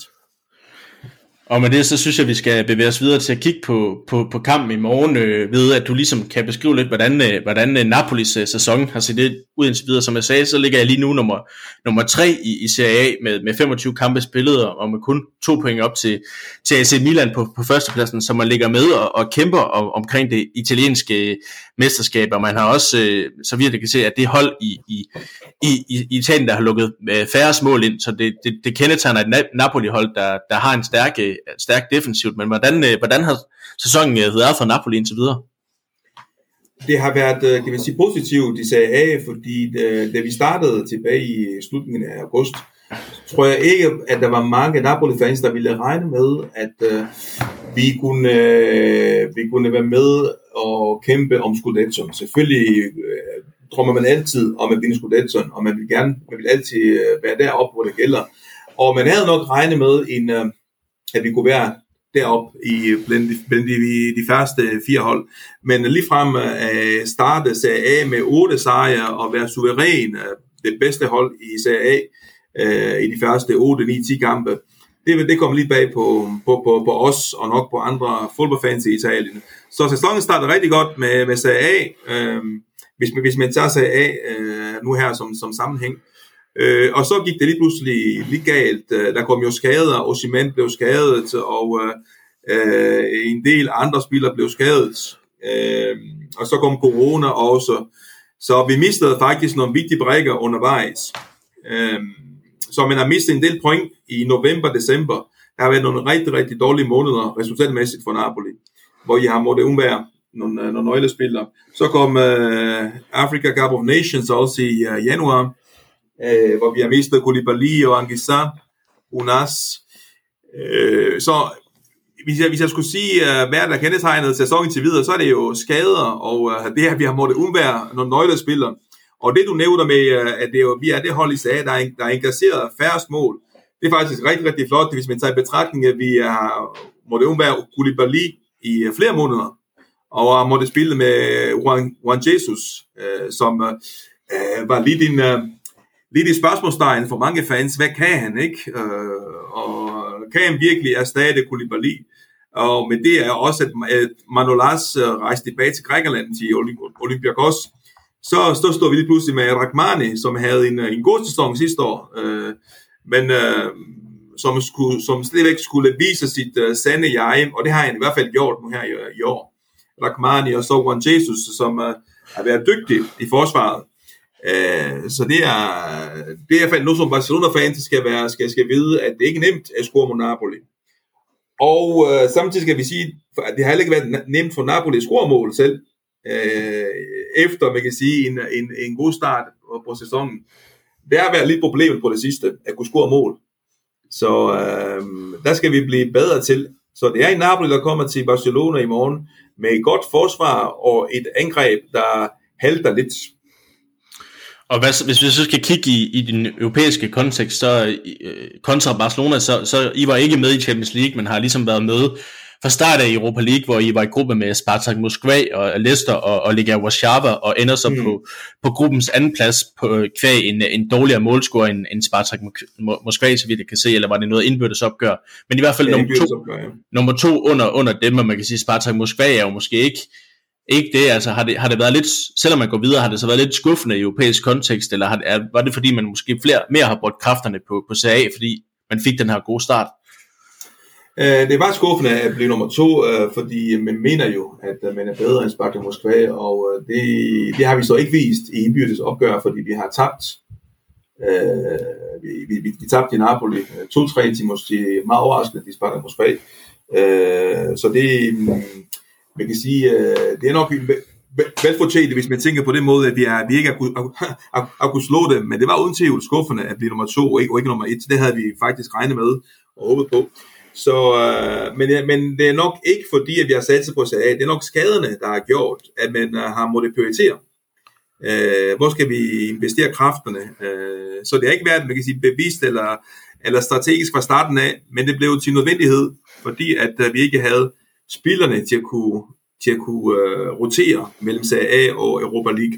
Og med det, så synes jeg, vi skal bevæge os videre til at kigge på, på, på kampen i morgen, øh, ved at du ligesom kan beskrive lidt, hvordan, øh, hvordan Napolis øh, sæson har set det ud indtil videre. Som jeg sagde, så ligger jeg lige nu nummer, nummer tre i, i Serie A med, med femogtyve kampe spillet, og med kun to point op til, til A C Milan på, på førstepladsen, som man ligger med og, og kæmper om, omkring det italienske mesterskab. Og man har også, øh, så vidt jeg kan se, at det hold i, i, i, i Italien, der har lukket øh, færre mål ind, så det, det, det kendetegner et Napoli-hold, der, der har en stærk stærkt defensivt, men hvordan, hvordan har sæsonen været for Napoli indtil videre? Det har været, kan man sige, positivt i Serie A, fordi da vi startede tilbage i slutningen af august, tror jeg ikke, at der var mange Napoli-fans, der ville regne med, at uh, vi, kunne, uh, vi kunne være med og kæmpe om Scudettoen. Selvfølgelig uh, drømmer man altid om at vinde Scudettoen, og man vil gerne, man vil altid uh, være deroppe, hvor det gælder. Og man havde nok regnet med en uh, at vi kunne være deroppe i blandt, blandt de, de første fire hold. Men ligefrem uh, starte Serie A med otte sejre og være suveræn uh, det bedste hold i Serie A uh, i de første otte ni ti kampe. Det, det kom lige bag på, på, på, på os og nok på andre fodboldfans i Italien. Så sæsonen startede rigtig godt med, med Serie A. Uh, hvis, hvis man tager Serie A uh, nu her som, som sammenhæng. Øh, og så gik det lige pludselig lige galt. Der kom jo skader, Osimhen blev skadet, og øh, en del andre spillere blev skadet. Øh, og så kom corona også. Så vi mistede faktisk nogle vigtige brækker undervejs. Øh, så man har mistet en del point i november, december. Der har været nogle rigtig, rigtig dårlige måneder resultatmæssigt for Napoli, hvor I har måttet undvære nogle, nogle nøglespillere. Så kom øh, Africa Cup of Nations også i uh, januar, Øh, hvor vi har mistet Koulibaly og Anguissa, Unas. Øh, så hvis jeg, hvis jeg skulle sige, uh, hvad der kendetegnede sæsonen til videre, så er det jo skader, og uh, det her, vi har måttet undvære nogle nøglespillere. Og det du nævner med, uh, at det er jo, vi er det hold i Serie, der er, der er inkasseret færrest mål, det er faktisk rigtig, rigtig flot, hvis man tager i betragtning, at vi har måttet undvære Koulibaly i uh, flere måneder, og har måttet spille med Juan, Juan Jesus, uh, som uh, var lidt en... Uh, Lidt i spørgsmålstegn for mange fans, hvad kan han, ikke? Øh, og kan han virkelig erstatte Koulibaly? Og med det er også, at Manolas rejste tilbage til Grækenland, til Olympiakos. så, så stod vi lige pludselig med Rachmani, som havde en, en god sæson sidste år, øh, men øh, som, skulle, som slet ikke skulle vise sit uh, sande jeg, og det har han i hvert fald gjort nu her i, i år. Rachmani og så Juan Jesus, som uh, har været dygtig i forsvaret. Uh, så det er, det er i hvert fald noget, som Barcelona-fans skal, være, skal, skal vide, at det ikke er nemt at score mod Napoli. Og uh, samtidig skal vi sige, at det har heller ikke været nemt for Napoli at score mål selv, uh, efter man kan sige en, en, en god start på, på sæsonen. Det har været lidt problemet på det sidste, at kunne score mål. Så øh, der skal vi blive bedre til. Så det er en Napoli, der kommer til Barcelona i morgen med et godt forsvar og et angreb, der halter lidt. Og hvad, hvis vi så skal kigge i, i den europæiske kontekst, så øh, kontra Barcelona, så, så I var ikke med i Champions League, men har ligesom været med fra start af Europa League, hvor I var i gruppe med Spartak Moskva og Leicester og, og Legia Warszawa, og ender så mm. på, på gruppens anden plads på kvæg en, en dårligere målscore end, end Spartak Moskva, så vidt jeg kan se, eller var det noget indbyrdes opgør. Men i hvert fald ja, nummer, to, ja. nummer to under, under dem, og man kan sige, Spartak Moskva er jo måske ikke, ikke det, altså har det, har det været lidt, selvom man går videre, har det så været lidt skuffende i europæisk kontekst, eller har det, er, var det fordi, man måske flere, mere har brugt kræfterne på, på Serie A, fordi man fik den her gode start? Det var skuffende at blive nummer to, fordi man mener jo, at man er bedre end Spartak Moskva, og det, det har vi så ikke vist i indbyrdes opgør, fordi vi har tabt. Vi, vi, vi tabte i Napoli to tre til måske meget overraskende i Spartak Moskva. Så det, man kan sige, det er nok velfortjent, hvis man tænker på den måde, at vi, er, vi ikke har kunnet, har, har kunnet slå dem, men det var uden tvivl skuffende at blive nummer to og ikke, og ikke nummer et. Det havde vi faktisk regnet med og håbet på. Så, øh, men, ja, men det er nok ikke fordi, at vi har sat sig på Serie A. Det er nok skaderne, der har gjort, at man uh, har måttet prioritere. Øh, hvor skal vi investere kræfterne? Øh, så det har ikke været, man kan sige, bevidst eller, eller strategisk fra starten af, men det blev til nødvendighed, fordi at uh, vi ikke havde spillerne til at kunne, til at kunne uh, rotere mellem Serie A og Europa League.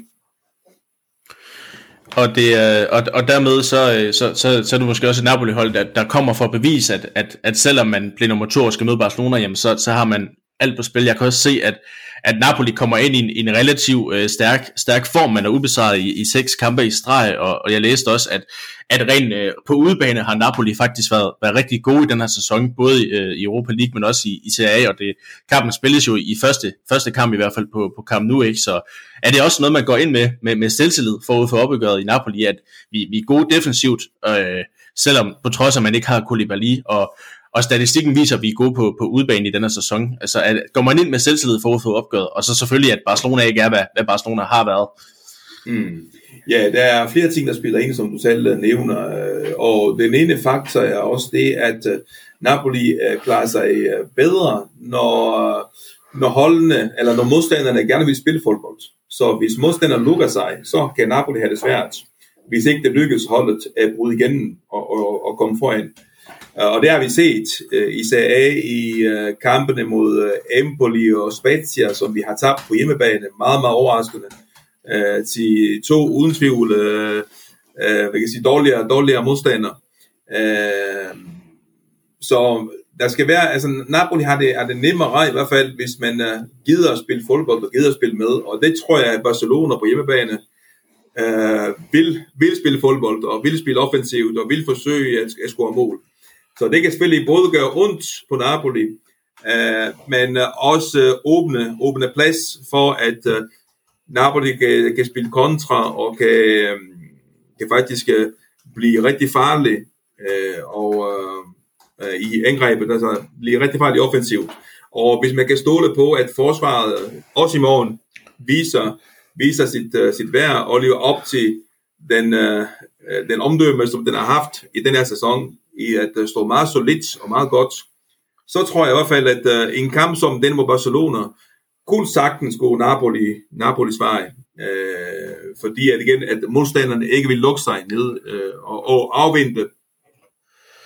Og, det, og, og dermed så, så, så, så er det måske også et Napoli-hold, der, der kommer for at bevise, at, at, at selvom man bliver nummer to og skal møde Barcelona, jamen så, så har man alt på spil. Jeg kan også se, at, at Napoli kommer ind i en, i en relativt øh, stærk, stærk form. Man er ubesejret i, i seks kampe i streg, og, og jeg læste også, at, at rent øh, på udebane har Napoli faktisk været, været rigtig gode i den her sæson, både øh, i Europa League, men også i, i Serie A, og det, kampen spilles jo i første, første kamp i hvert fald på, på Camp Nou, ikke? Så er det også noget, man går ind med, med, med selvtillid forud for opgøret i Napoli, at vi, vi er gode defensivt, øh, selvom på trods af, at man ikke har Koulibaly, og Og statistikken viser, at vi er gode på, på udebane i denne sæson. Altså at, går man ind med selvtillid for at få opgøret, og så selvfølgelig, at Barcelona ikke er, hvad, hvad Barcelona har været. Mm. Ja, der er flere ting, der spiller ind, som du selv nævner. Og den ene faktor er også det, at Napoli klarer sig bedre, når, når holdene, eller når modstanderne gerne vil spille fodbold. Så hvis modstanderne lukker sig, så kan Napoli have det svært. Hvis ikke det lykkes holdet at bryde igennem og, og, og komme foran. Og det har vi set uh, i Serie A i uh, kampene mod uh, Empoli og Spezia, som vi har tabt på hjemmebane, meget, meget overraskende, uh, til to uden tvivl uh, uh, hvad kan sige, dårligere, dårligere modstandere. Uh, så der skal være, altså Napoli har det, er det nemmere i hvert fald, hvis man uh, gider at spille fodbold og gider at spille med, og det tror jeg, at Barcelona på hjemmebane uh, vil, vil spille fodbold og vil spille offensivt og vil forsøge at, at score mål. Så det kan selvfølgelig både gøre ondt på Napoli, øh, men også øh, åbne, åbne plads for, at øh, Napoli kan, kan spille kontra og kan, øh, kan faktisk øh, blive rigtig farlig øh, og, øh, i angrebet, altså blive rigtig farlig offensivt. Og hvis man kan stole på, at forsvaret også i morgen viser, viser sit, øh, sit værd og lever op til den, øh, den omdømme, som den har haft i den her sæson, i at stå meget solidt og meget godt, så tror jeg i hvert fald, at uh, en kamp som den mod Barcelona, kun sagtens gå Napoli, Napolis vej, uh, fordi at igen, at modstanderne ikke vil lukke sig ned uh, og, og afvente.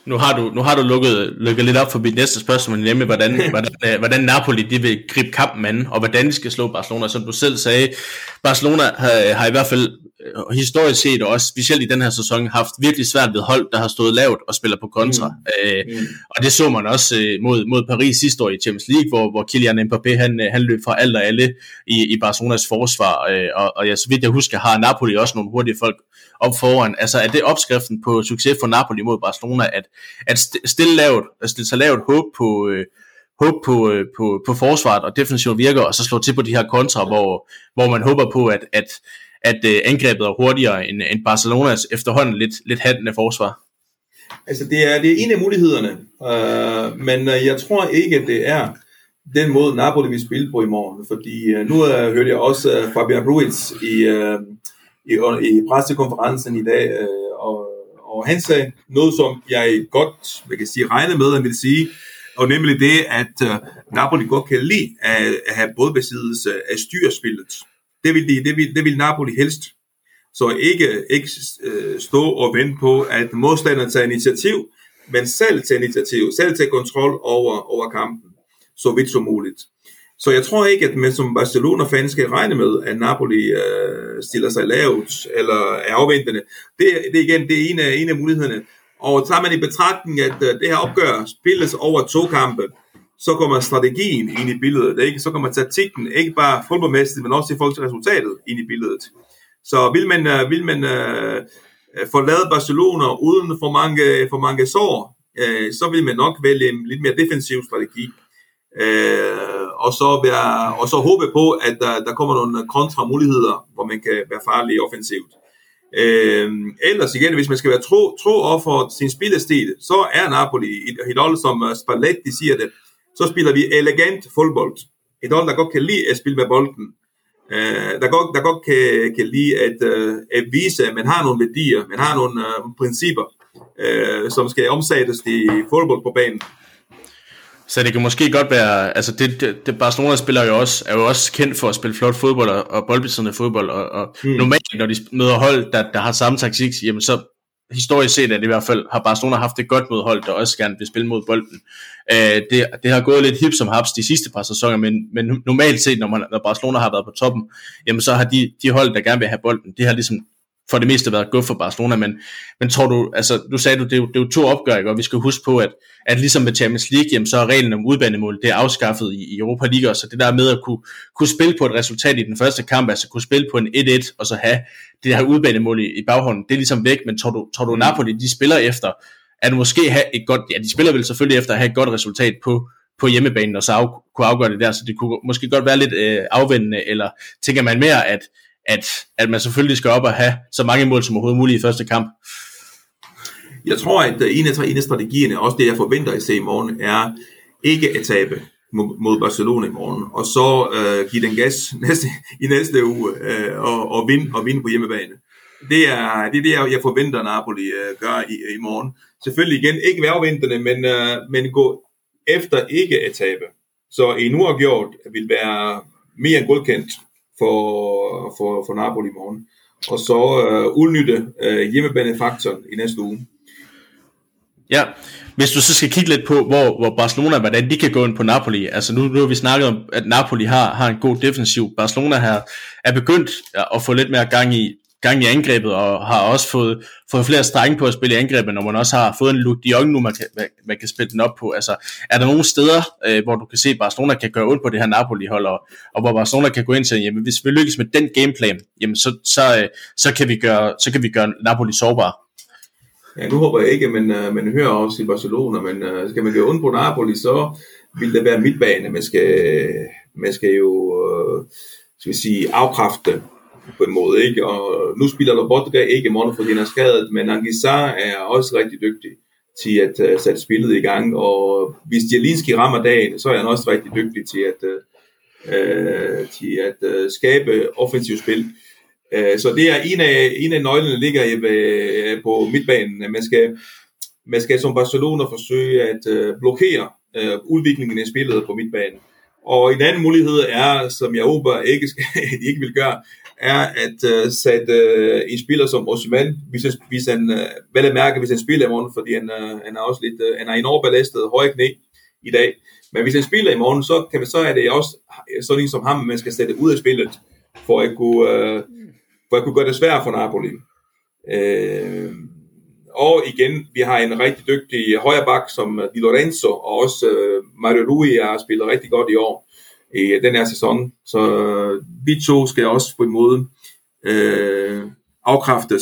Nu har du, nu har du lukket, lukket lidt op for mit næste spørgsmål, nemlig hvordan, hvordan, hvordan Napoli de vil gribe kampen an, og hvordan de skal slå Barcelona. Som du selv sagde, Barcelona har, har i hvert fald historisk set, og også specielt i den her sæson, haft virkelig svært ved hold, der har stået lavt og spiller på kontra. Mm. Øh, mm. Og det så man også øh, mod, mod Paris sidste år i Champions League, hvor, hvor Kylian Mbappé han, han løb fra alt og alle i, i Barcelonas forsvar. Øh, og, og ja, så vidt jeg husker, har Napoli også nogle hurtige folk op foran. Altså er det opskriften på succes for Napoli mod Barcelona, at, at stille lavt, at stille sig lavt håb på, øh, håb på, øh, på, på forsvaret og defensiven virker, og så slå til på de her kontra, hvor, hvor man håber på, at, at, at øh, angrebet er hurtigere end, end Barcelonas efterhånden lidt, lidt handlende forsvar. Altså det er, det er en af mulighederne, uh, men uh, jeg tror ikke, at det er den måde Napoli vil spille på i morgen, fordi uh, nu uh, hørte jeg også uh, Fabian Ruiz i, uh, i, i pressekonferencen i dag, uh, og, og han sagde noget, som jeg godt jeg kan sige, regne med, han vil sige, og nemlig det, at uh, Napoli godt kan lide at, at have både besiddelse af styrspillet. Det vil, de, det, vil, det vil Napoli helst. Så ikke, ikke øh, stå og vente på, at modstanderen tager initiativ, men selv tager initiativ, selv tager kontrol over, over kampen, så vidt som muligt. Så jeg tror ikke, at man som Barcelona-fan skal regne med, at Napoli øh, stiller sig lavt, eller er afventende. Det, det igen, det er en af, en af mulighederne. Og tager man i betragtning, at øh, det her opgør spilles over to kampe, så kommer strategien ind i billedet, ikke? Så kommer taktikken, ikke bare fodboldmæssigt, men også i forhold til resultatet ind i billedet. Så vil man, uh, vil man uh, forlade Barcelona uden for mange, for mange sår, uh, så vil man nok vælge en lidt mere defensiv strategi. Uh, og, så være, og så håbe på, at der, der kommer nogle kontramuligheder, hvor man kan være farlig offensivt. Uh, ellers igen, hvis man skal være tro, tro over for sin spillestil, så er Napoli et, et hold, som Spalletti siger det, så spiller vi elegant fodbold. Et hold, der godt kan lide at spille med bolden. Uh, der godt, der godt kan, kan lide at, uh, at vise, at man har nogle værdier, man har nogle uh, principper, uh, som skal omsættes i fodbold på banen. Så det kan måske godt være, altså det, det, det Barcelona spiller jo også, er jo også kendt for at spille flot fodbold og, og boldbesiddende fodbold, og, og hmm. normalt, når de møder hold, der, der har samme taktik, jamen så historisk set, at i hvert fald har Barcelona haft det godt mod hold, der også gerne vil spille mod bolden. Øh, det, det har gået lidt hip som haps de sidste par sæsoner, men, men normalt set, når, man, når Barcelona har været på toppen, jamen så har de, de hold, der gerne vil have bolden, det har ligesom for det meste været godt for Barcelona, men, men tror du, altså du sagde du, det er jo, det er jo to opgør, og vi skal huske på, at, at ligesom med Champions League, jamen, så er reglen om udbanemål, det er afskaffet i, i Europa League, så det der med at kunne, kunne spille på et resultat i den første kamp, altså kunne spille på en et et, og så have det her udbanemål i, i baghånden, det er ligesom væk, men tror du, tror du Napoli, de spiller efter, at måske have et godt, ja, de spiller vel selvfølgelig efter at have et godt resultat på, på hjemmebanen, og så af, kunne afgøre det der, så det kunne måske godt være lidt øh, afvendende, eller tænker man mere, at At, at man selvfølgelig skal op og have så mange mål som overhovedet muligt i første kamp? Jeg tror, at en af, en af strategierne, også det jeg forventer at se i morgen, er ikke at tabe mod Barcelona i morgen, og så øh, give den gas næste, i næste uge øh, og, og, vinde, og vinde på hjemmebane. Det er det, er det jeg forventer, Napoli øh, gør i, i morgen. Selvfølgelig igen, ikke være afventende, men, øh, men gå efter ikke at tabe. Så en uafgjort vil være mere end godkendt for, for, for Napoli i morgen. Og så øh, udnytte øh, hjemmebanefaktoren i næste uge. Ja, hvis du så skal kigge lidt på, hvor, hvor Barcelona, hvordan de kan gå ind på Napoli. Altså nu, nu har vi snakket om, at Napoli har, har en god defensiv. Barcelona her er begyndt at få lidt mere gang i, gang i angrebet, og har også fået, fået flere strenge på at spille i angrebet, når man også har fået en Luc de Jong nu, man kan, man kan spille den op på. Altså, er der nogle steder, øh, hvor du kan se, at Barcelona kan gøre ondt på det her Napoli-hold, og, og hvor Barcelona kan gå ind til, jamen hvis vi lykkes med den gameplan, jamen så, så, øh, så, kan vi gøre, så kan vi gøre Napoli sårbar. Ja, nu håber jeg ikke, men uh, man hører også i Barcelona, men uh, skal man gøre ondt på Napoli, så vil det være midtbane. Man skal, man skal jo uh, skal vi sige, afkræfte på en måde, ikke? Og nu spiller Lobotka ikke morgen, fordi han er skadet, men Anguissa er også rigtig dygtig til at uh, sætte spillet i gang, og hvis Zielinski rammer dagen, så er han også rigtig dygtig til at, uh, til at uh, skabe offensivt spil. Uh, så det er en af, en af nøglerne ligger i, uh, på midtbanen. Man skal, man skal som Barcelona forsøge at uh, blokere uh, udviklingen i spillet på midtbanen. Og en anden mulighed er, som jeg håber ikke, skal, de ikke vil gøre, er at uh, sætte uh, en spiller som Osimhen, hvis, hvis han, uh, vel at mærke, hvis han spiller i morgen, fordi han, uh, han er også lidt, uh, han er en overbelastet høje knæ i dag. Men hvis han spiller i morgen, så, kan man, så er det også sådan en som ham, man skal sætte ud af spillet, for at kunne, uh, for at kunne gøre det svært for Napoli. Uh, og igen, vi har en rigtig dygtig højre bak som Di Lorenzo, og også uh, Mario Rui har spillet rigtig godt i år i den her sæson, så vi to skal også på en måde øh, afkræftes.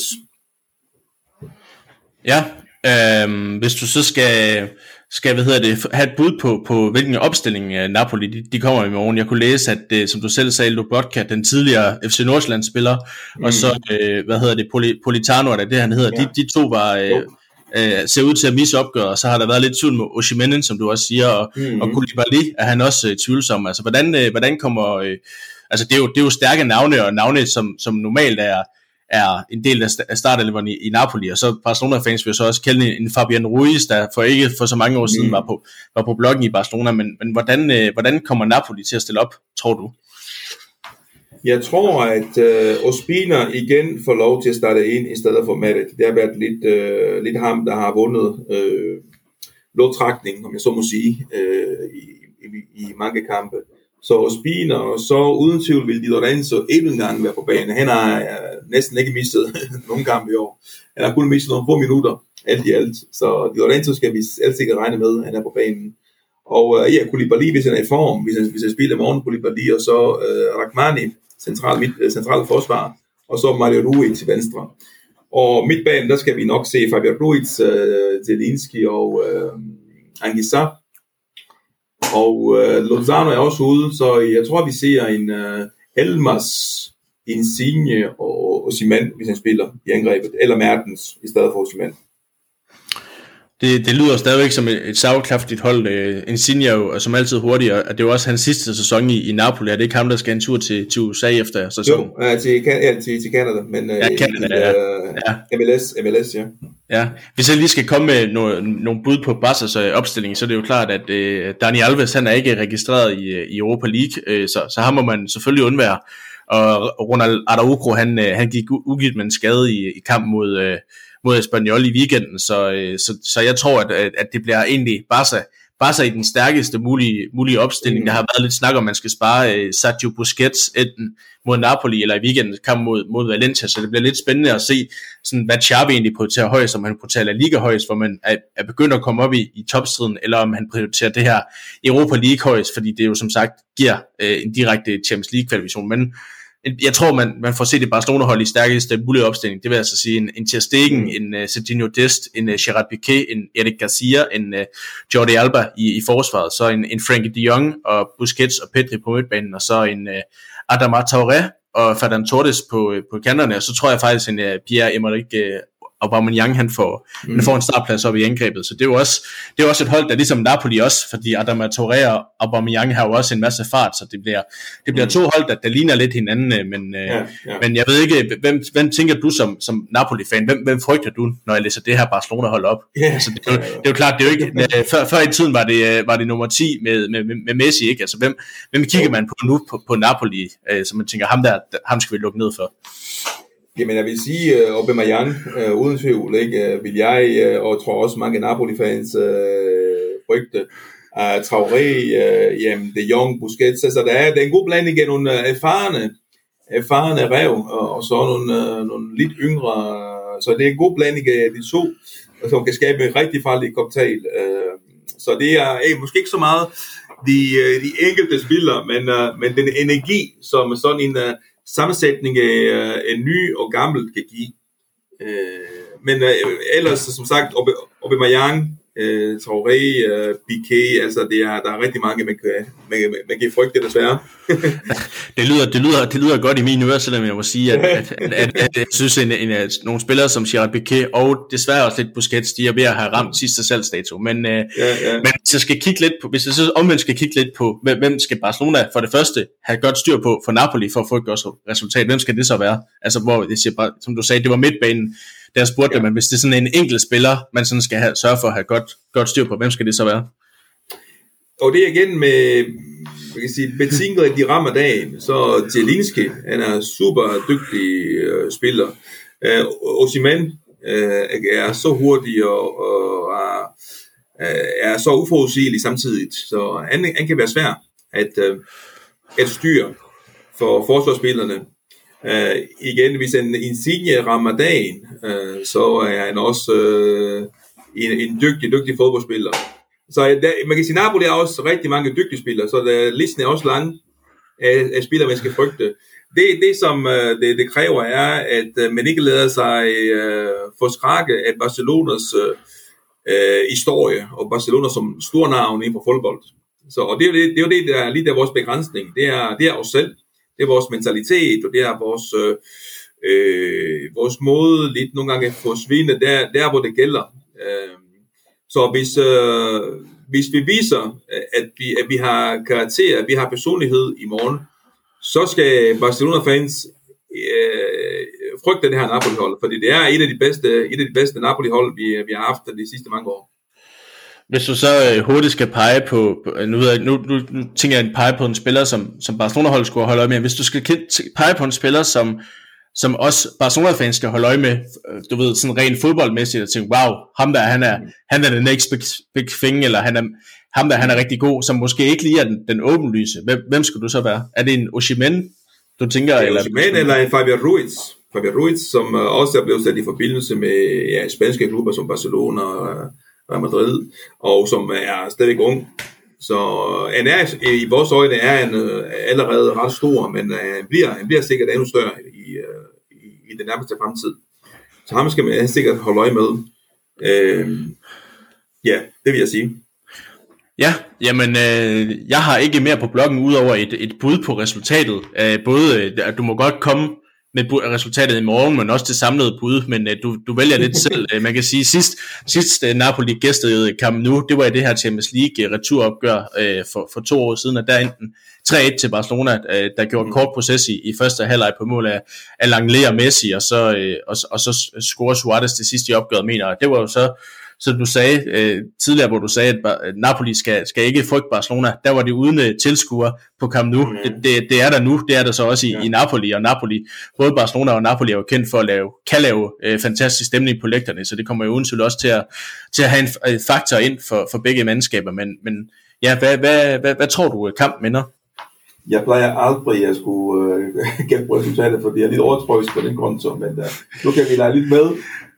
Ja, øh, hvis du så skal, skal hvad hedder det, have et bud på, på hvilken opstilling uh, Napoli de, de kommer i morgen. Jeg kunne læse, at uh, som du selv sagde, Lobotka, den tidligere F C Nordsjælland-spiller, mm. og så, uh, hvad hedder det, Poli, Politano, er det det, han hedder, ja. de, de to var... Uh, Uh, ser ud til at misse opgøret, og så har der været lidt tvivl med Osimhen, som du også siger, og, mm-hmm. og Koulibaly er han også uh, tvivlsom. Altså, hvordan, uh, hvordan kommer... Uh, altså, det er, jo, det er jo stærke navne, og navne, som, som normalt er, er en del af starteleveren i, i Napoli, og så Barcelona-fans vil så også kende en Fabian Ruiz, der for ikke for så mange år siden mm. var, på, var på bloggen i Barcelona, men, men hvordan, uh, hvordan kommer Napoli til at stille op, tror du? Jeg tror, at øh, Ospina igen får lov til at starte ind i stedet for Meret. Det har været lidt, øh, lidt ham, der har vundet øh, lodtrækning, om jeg så må sige, øh, i, i, i mange kampe. Så Ospina, og så uden tvivl vil Di Lorenzo endnu en gang være på banen. Han har øh, næsten ikke mistet nogen kampe i år. Han har kun mistet nogle få minutter, alt i alt. Så Di Lorenzo skal vi altid regne med, han er på banen. Og øh, ja, Koulibaly, hvis han er i form, hvis han, hvis han spiller i morgen, Koulibaly, og så øh, Rachmani, central, midt, central forsvar, og så Mario Rui til venstre. Og midtbanen, der skal vi nok se Fabian Ruiz, øh, Zelinski og øh, Anguissa. Og øh, Lozano er også ude, så jeg tror, vi ser en øh, Elmas, Insigne og Osimhen, hvis han spiller i angrebet, eller Mertens i stedet for Osimhen. Det, det lyder stadigvæk som et, et savklaftigt hold. Uh, Insigne er jo som altid hurtig, og det er jo også hans sidste sæson i, i Napoli. Er det ikke ham, der skal en tur til, til U S A efter sæsonen? Jo, uh, til, ja, til, til Canada, men uh, ja, Canada, i, uh, ja. M L S, M L S, ja. Ja, hvis jeg lige skal komme med no, nogle bud på Barca's uh, opstilling, så er det jo klart, at uh, Dani Alves, han er ikke registreret i, i Europa League, uh, så, så ham må man selvfølgelig undvære. Og Ronald Araujo, han, uh, han gik ugivet med en skade i, i kampen mod... Uh, mod Espanyol i weekenden, så, så, så jeg tror, at, at det bliver egentlig Barca, Barca i den stærkeste mulige, mulige opstilling. Mm. Der har været lidt snak om, man skal spare uh, Sergio Busquets enten mod Napoli eller i weekendens kamp mod, mod Valencia, så det bliver lidt spændende at se, sådan, hvad Xavi egentlig prioriterer højst, om han prioriterer La Liga højst, hvor man er, er begyndt at komme op i, i topstriden, eller om han prioriterer det her Europa League højst, fordi det jo som sagt giver uh, en direkte Champions League-kvalifikation, men jeg tror, man, man får set et Barcelona-hold i stærkeste mulige opstilling. Det vil altså sige en, en Ter Stegen, en uh, Serginho Dest, en uh, Gerard Piqué, en Eric Garcia, en uh, Jordi Alba i, i forsvaret, så en, en Frenkie de Jong og Busquets og Pedri på midtbanen, og så en uh, Adama Traoré og Ferran Torres på, uh, på kanterne, og så tror jeg faktisk en uh, Pierre-Emerick uh, Aubameyang, han får, mm. han får en startplads op i angrebet, så det er jo også, det er også et hold, der ligesom Napoli også, fordi Adama Traoré og Aubameyang har jo også en masse fart, så det bliver, det bliver mm. to hold, der, der ligner lidt hinanden, men, ja, ja. men jeg ved ikke, hvem, hvem tænker du som, som Napoli-fan, hvem, hvem frygter du, når jeg læser det her Barcelona-hold op? Yeah. Altså, det, er jo, det er jo klart, det er jo ikke, før, før i tiden var det, var det nummer ti med, med, med Messi, ikke? Altså, hvem, hvem kigger man på nu på, på Napoli, øh, så man tænker, ham der, ham skal vi lukke ned for? Jamen, jeg vil sige, uh, Aubameyang, uh, uden tvivl, ikke, uh, vil jeg, uh, og tror også mange Napoli-fans uh, frygte. Uh, Traoré, uh, jamen, De Jong, Busquets, altså der er, der er en god blanding af nogle uh, erfarne, erfarne rev, og, og så nogle, uh, nogle lidt yngre, uh, så det er en god blanding af de to, som kan skabe en rigtig farlig cocktail. Uh, så det er uh, måske ikke så meget de, uh, de enkelte spillere, men, uh, men den energi, som sådan en... Uh, sammensætning af uh, en ny og gammel kan give. Uh, men uh, ellers, som sagt, Aubameyang, uh, Traoré, uh, Piqué, altså det er, der er rigtig mange, man kan, man, man kan frygte desværre. det, lyder, det, lyder, det lyder godt i mine ører, selvom jeg må sige, at, at, at, at, at jeg synes, at, en, at nogle spillere som Gerard Piqué, og desværre også lidt Busquets, de er ved at have ramt sidste salgsdato. Men, uh, ja, ja. men hvis jeg skal kigge lidt på, hvis jeg så omvendt skal kigge lidt på, hvem skal Barcelona for det første have godt styr på for Napoli, for at få et godt resultat, hvem skal det så være? Altså, hvor jeg siger bare, som du sagde, det var midtbanen, der spurgte ja. man, hvis det er sådan en enkelt spiller, man sådan skal have, sørge for at have godt, godt styr på, hvem skal det så være? Og det er igen med, man kan sige, betinget, at de rammer dagen, så Zielinski, han er super dygtig øh, spiller. Øh, Osimhen øh, er så hurtig og, og er, er så uforudsigelig samtidig, så han, han kan være svær at, øh, at styre for forsvarsspillerne. Uh, igen, hvis en Insigne rammer dagen, uh, så er han også uh, en, en dygtig, dygtig fodboldspiller. Så der, man kan sige, Napoli er også rigtig mange dygtige spillere, så der, listen er også lang af, af spillere, man skal frygte. Det, det som uh, det, det kræver, er, at uh, man ikke lader sig uh, forskrække af Barcelonas uh, uh, historie, og Barcelona som stor navn inden for fodbold. Så, og det er jo det, det, er jo det der er lige der vores begrænsning. Det er, det er os selv. Det er vores mentalitet, og det er vores, øh, vores måde lidt nogle gange at forsvinde, der, der hvor det gælder. Øh, så hvis, øh, hvis vi viser, at vi, at vi har karakter, at vi har personlighed i morgen, så skal Barcelona-fans øh, frygte det her Napoli-hold, fordi det er et af de bedste, et af de bedste Napoli-hold, vi, vi har haft de sidste mange år. Hvis du så øh, hurtigt skal pege på, på nu, ved jeg, nu, nu, nu tænker jeg pege på en spiller, som, som Barcelona-holdet skulle holde øje med, hvis du skal pege på en spiller, som, som også Barcelona-fans skal holde øje med, du ved, sådan rent fodboldmæssigt, og tænke, wow, ham der, han er, han er the next big, big thing, eller han er, ham der, han er rigtig god, som måske ikke lige er den, den åbenlyse. Hvem, hvem skal du så være? Er det en Osimhen, du tænker? Ja, eller Osimhen eller en Fabian Ruiz. Fabian Ruiz, som også er blevet sat i forbindelse med ja, spanske klubber som Barcelona og Real Madrid, og som er stadig ung. Så han er, i vores øjne er han allerede ret stor, men han bliver, han bliver sikkert endnu større i, i, i den nærmeste fremtid. Så ham skal man sikkert holde øje med. Øh, ja, det vil jeg sige. Ja, jamen øh, jeg har ikke mere på bloggen udover et, et bud på resultatet. Øh, både, at du må godt komme med resultatet i morgen, men også det samlede bud, men uh, du, du vælger lidt selv. Uh, man kan sige, sidst, sidst uh, Napoli gæstede Camp Nou, det var i det her Champions League uh, returopgør uh, for, for to år siden, og der enten tre et til Barcelona, uh, der gjorde en kort proces i, i første halvleg på mål af, af Langley og Messi, og så, uh, og, og så scorer Suarez det sidste i opgøret, mener jeg. Det var jo så, som du sagde øh, tidligere, hvor du sagde, at Napoli skal, skal ikke frygte Barcelona, der var det uden øh, tilskuere på Camp Nou. Mm. Det, det, det er der nu, det er der så også i, ja. i Napoli, og Napoli, både Barcelona og Napoli er jo kendt for at lave, kan lave øh, fantastisk stemning på lægterne, så det kommer jo uden tvivl også til at, til at have en øh, faktor ind for, for begge mandskaber, men, men ja, hvad, hvad, hvad, hvad tror du kampen minder? Jeg plejer aldrig at skulle øh, gætte på resultatet, fordi jeg er lidt overtrøst på den konto, men øh, nu kan vi lege lidt med.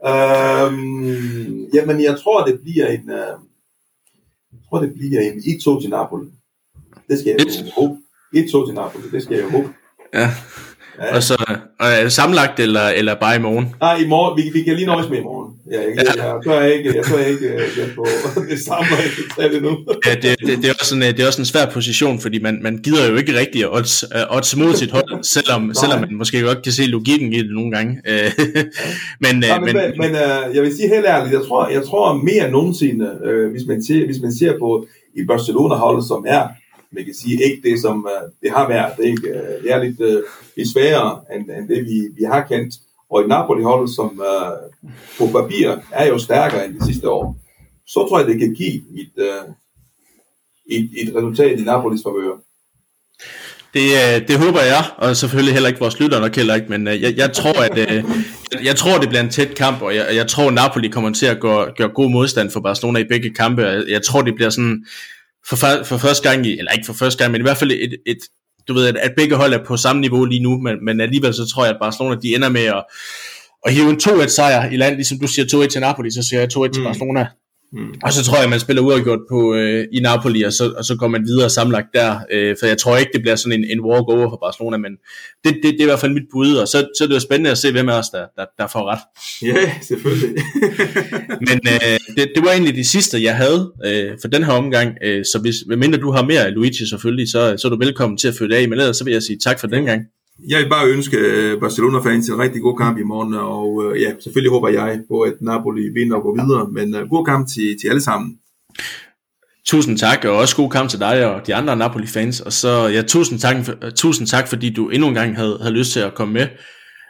Øhm, jamen, jeg tror, det bliver en, øh, jeg tror, det bliver en et to til Napoli. Det skal jeg jo håbe. et to til Napoli, det skal jeg jo håbe. Ja. Ja. Og så øh, sammenlagt eller, eller bare i morgen? Nej, i morgen. Vi, vi kan lige nøjes med i morgen. Ja, jeg, ja. jeg, jeg, jeg, ikke, jeg tror ikke uh, på det samme, jeg kan nu. Ja, det, det, det, er også en, det er også en svær position, fordi man, man gider jo ikke rigtig at odds, uh, odds mod sit hold, selvom, selvom man måske godt kan se logikken i det nogle gange. men, uh, ja, men, men, men uh, jeg vil sige helt ærligt, jeg tror, jeg tror mere end nogensinde, uh, hvis, man ser, hvis man ser på i Barcelona-holdet, som er, man kan sige, ikke det, som uh, det har været. Det er, ikke, uh, det er lidt, uh, lidt sværere, end, end det, vi, vi har kendt. Og et Napoli-hold, som uh, på papir er jo stærkere end de sidste år, så tror jeg, det kan give et, uh, et, et resultat i Napolis favør. Det, det håber jeg, og selvfølgelig heller ikke vores lytter nok heller ikke, men jeg, jeg tror, at jeg, jeg tror, det bliver en tæt kamp, og jeg, jeg tror, Napoli kommer til at gøre, gøre god modstand for Barcelona i begge kampe. Jeg, jeg tror, det bliver sådan for, for første gang, i, eller ikke for første gang, men i hvert fald et, et du ved, at, at begge hold er på samme niveau lige nu, men, men alligevel så tror jeg, at Barcelona, de ender med at, at hive en to et sejr i land, ligesom du siger to et til Napoli, så siger jeg to et til Barcelona. Mm. Og så tror jeg, at man spiller uafgjort på, øh, i Napoli, og så, og så går man videre sammenlagt der, øh, for jeg tror ikke, det bliver sådan en, en walk-over for Barcelona, men det, det, det er i hvert fald mit bud, og så, så er det jo spændende at se, hvem af os, der, der, der får ret. Ja, selvfølgelig. Men øh, det, det var egentlig det sidste, jeg havde øh, for den her omgang, øh, så hvis, medmindre du har mere, Luigi, selvfølgelig, så, så er du velkommen til at følge af, men ellers så vil jeg sige tak for den gang. Jeg vil bare ønske Barcelona-fans en rigtig god kamp i morgen, og ja, selvfølgelig håber jeg på, at Napoli vinder og går videre, men uh, god kamp til, til alle sammen. Tusind tak, og også god kamp til dig og de andre Napoli-fans, og så ja, tusind tak, for, tusind tak fordi du endnu en gang havde, havde lyst til at komme med.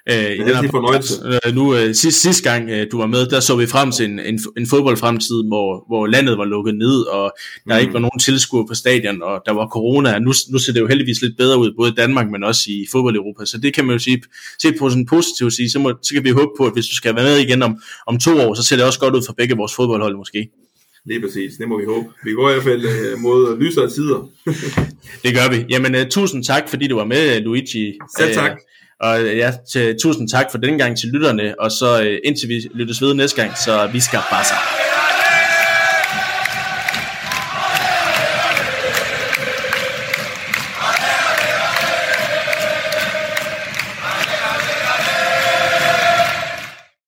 øh, i den her podcast. Øh, nu øh, sidste, sidste gang øh, du var med, der så vi frem til en, en, en fodboldfremtid, hvor, hvor landet var lukket ned, og der mm. ikke var nogen tilskuere på stadion, og der var corona. Nu, nu ser det jo heldigvis lidt bedre ud, både i Danmark, men også i fodbold i Europa. Så det kan man jo sige, se på sådan en positiv sige, så, må, så kan vi håbe på, at hvis du skal være med igen om, om to år, så ser det også godt ud for begge vores fodboldhold måske. Lige præcis, det må vi håbe. Vi går i hvert fald uh, mod lysere tider. Det gør vi. Jamen, uh, tusind tak, fordi du var med, Luigi. Selv tak. Uh, og ja, til, tusind tak for denne gang til lytterne, og så uh, indtil vi lyttes ved næste gang, så vi skal bare sammen.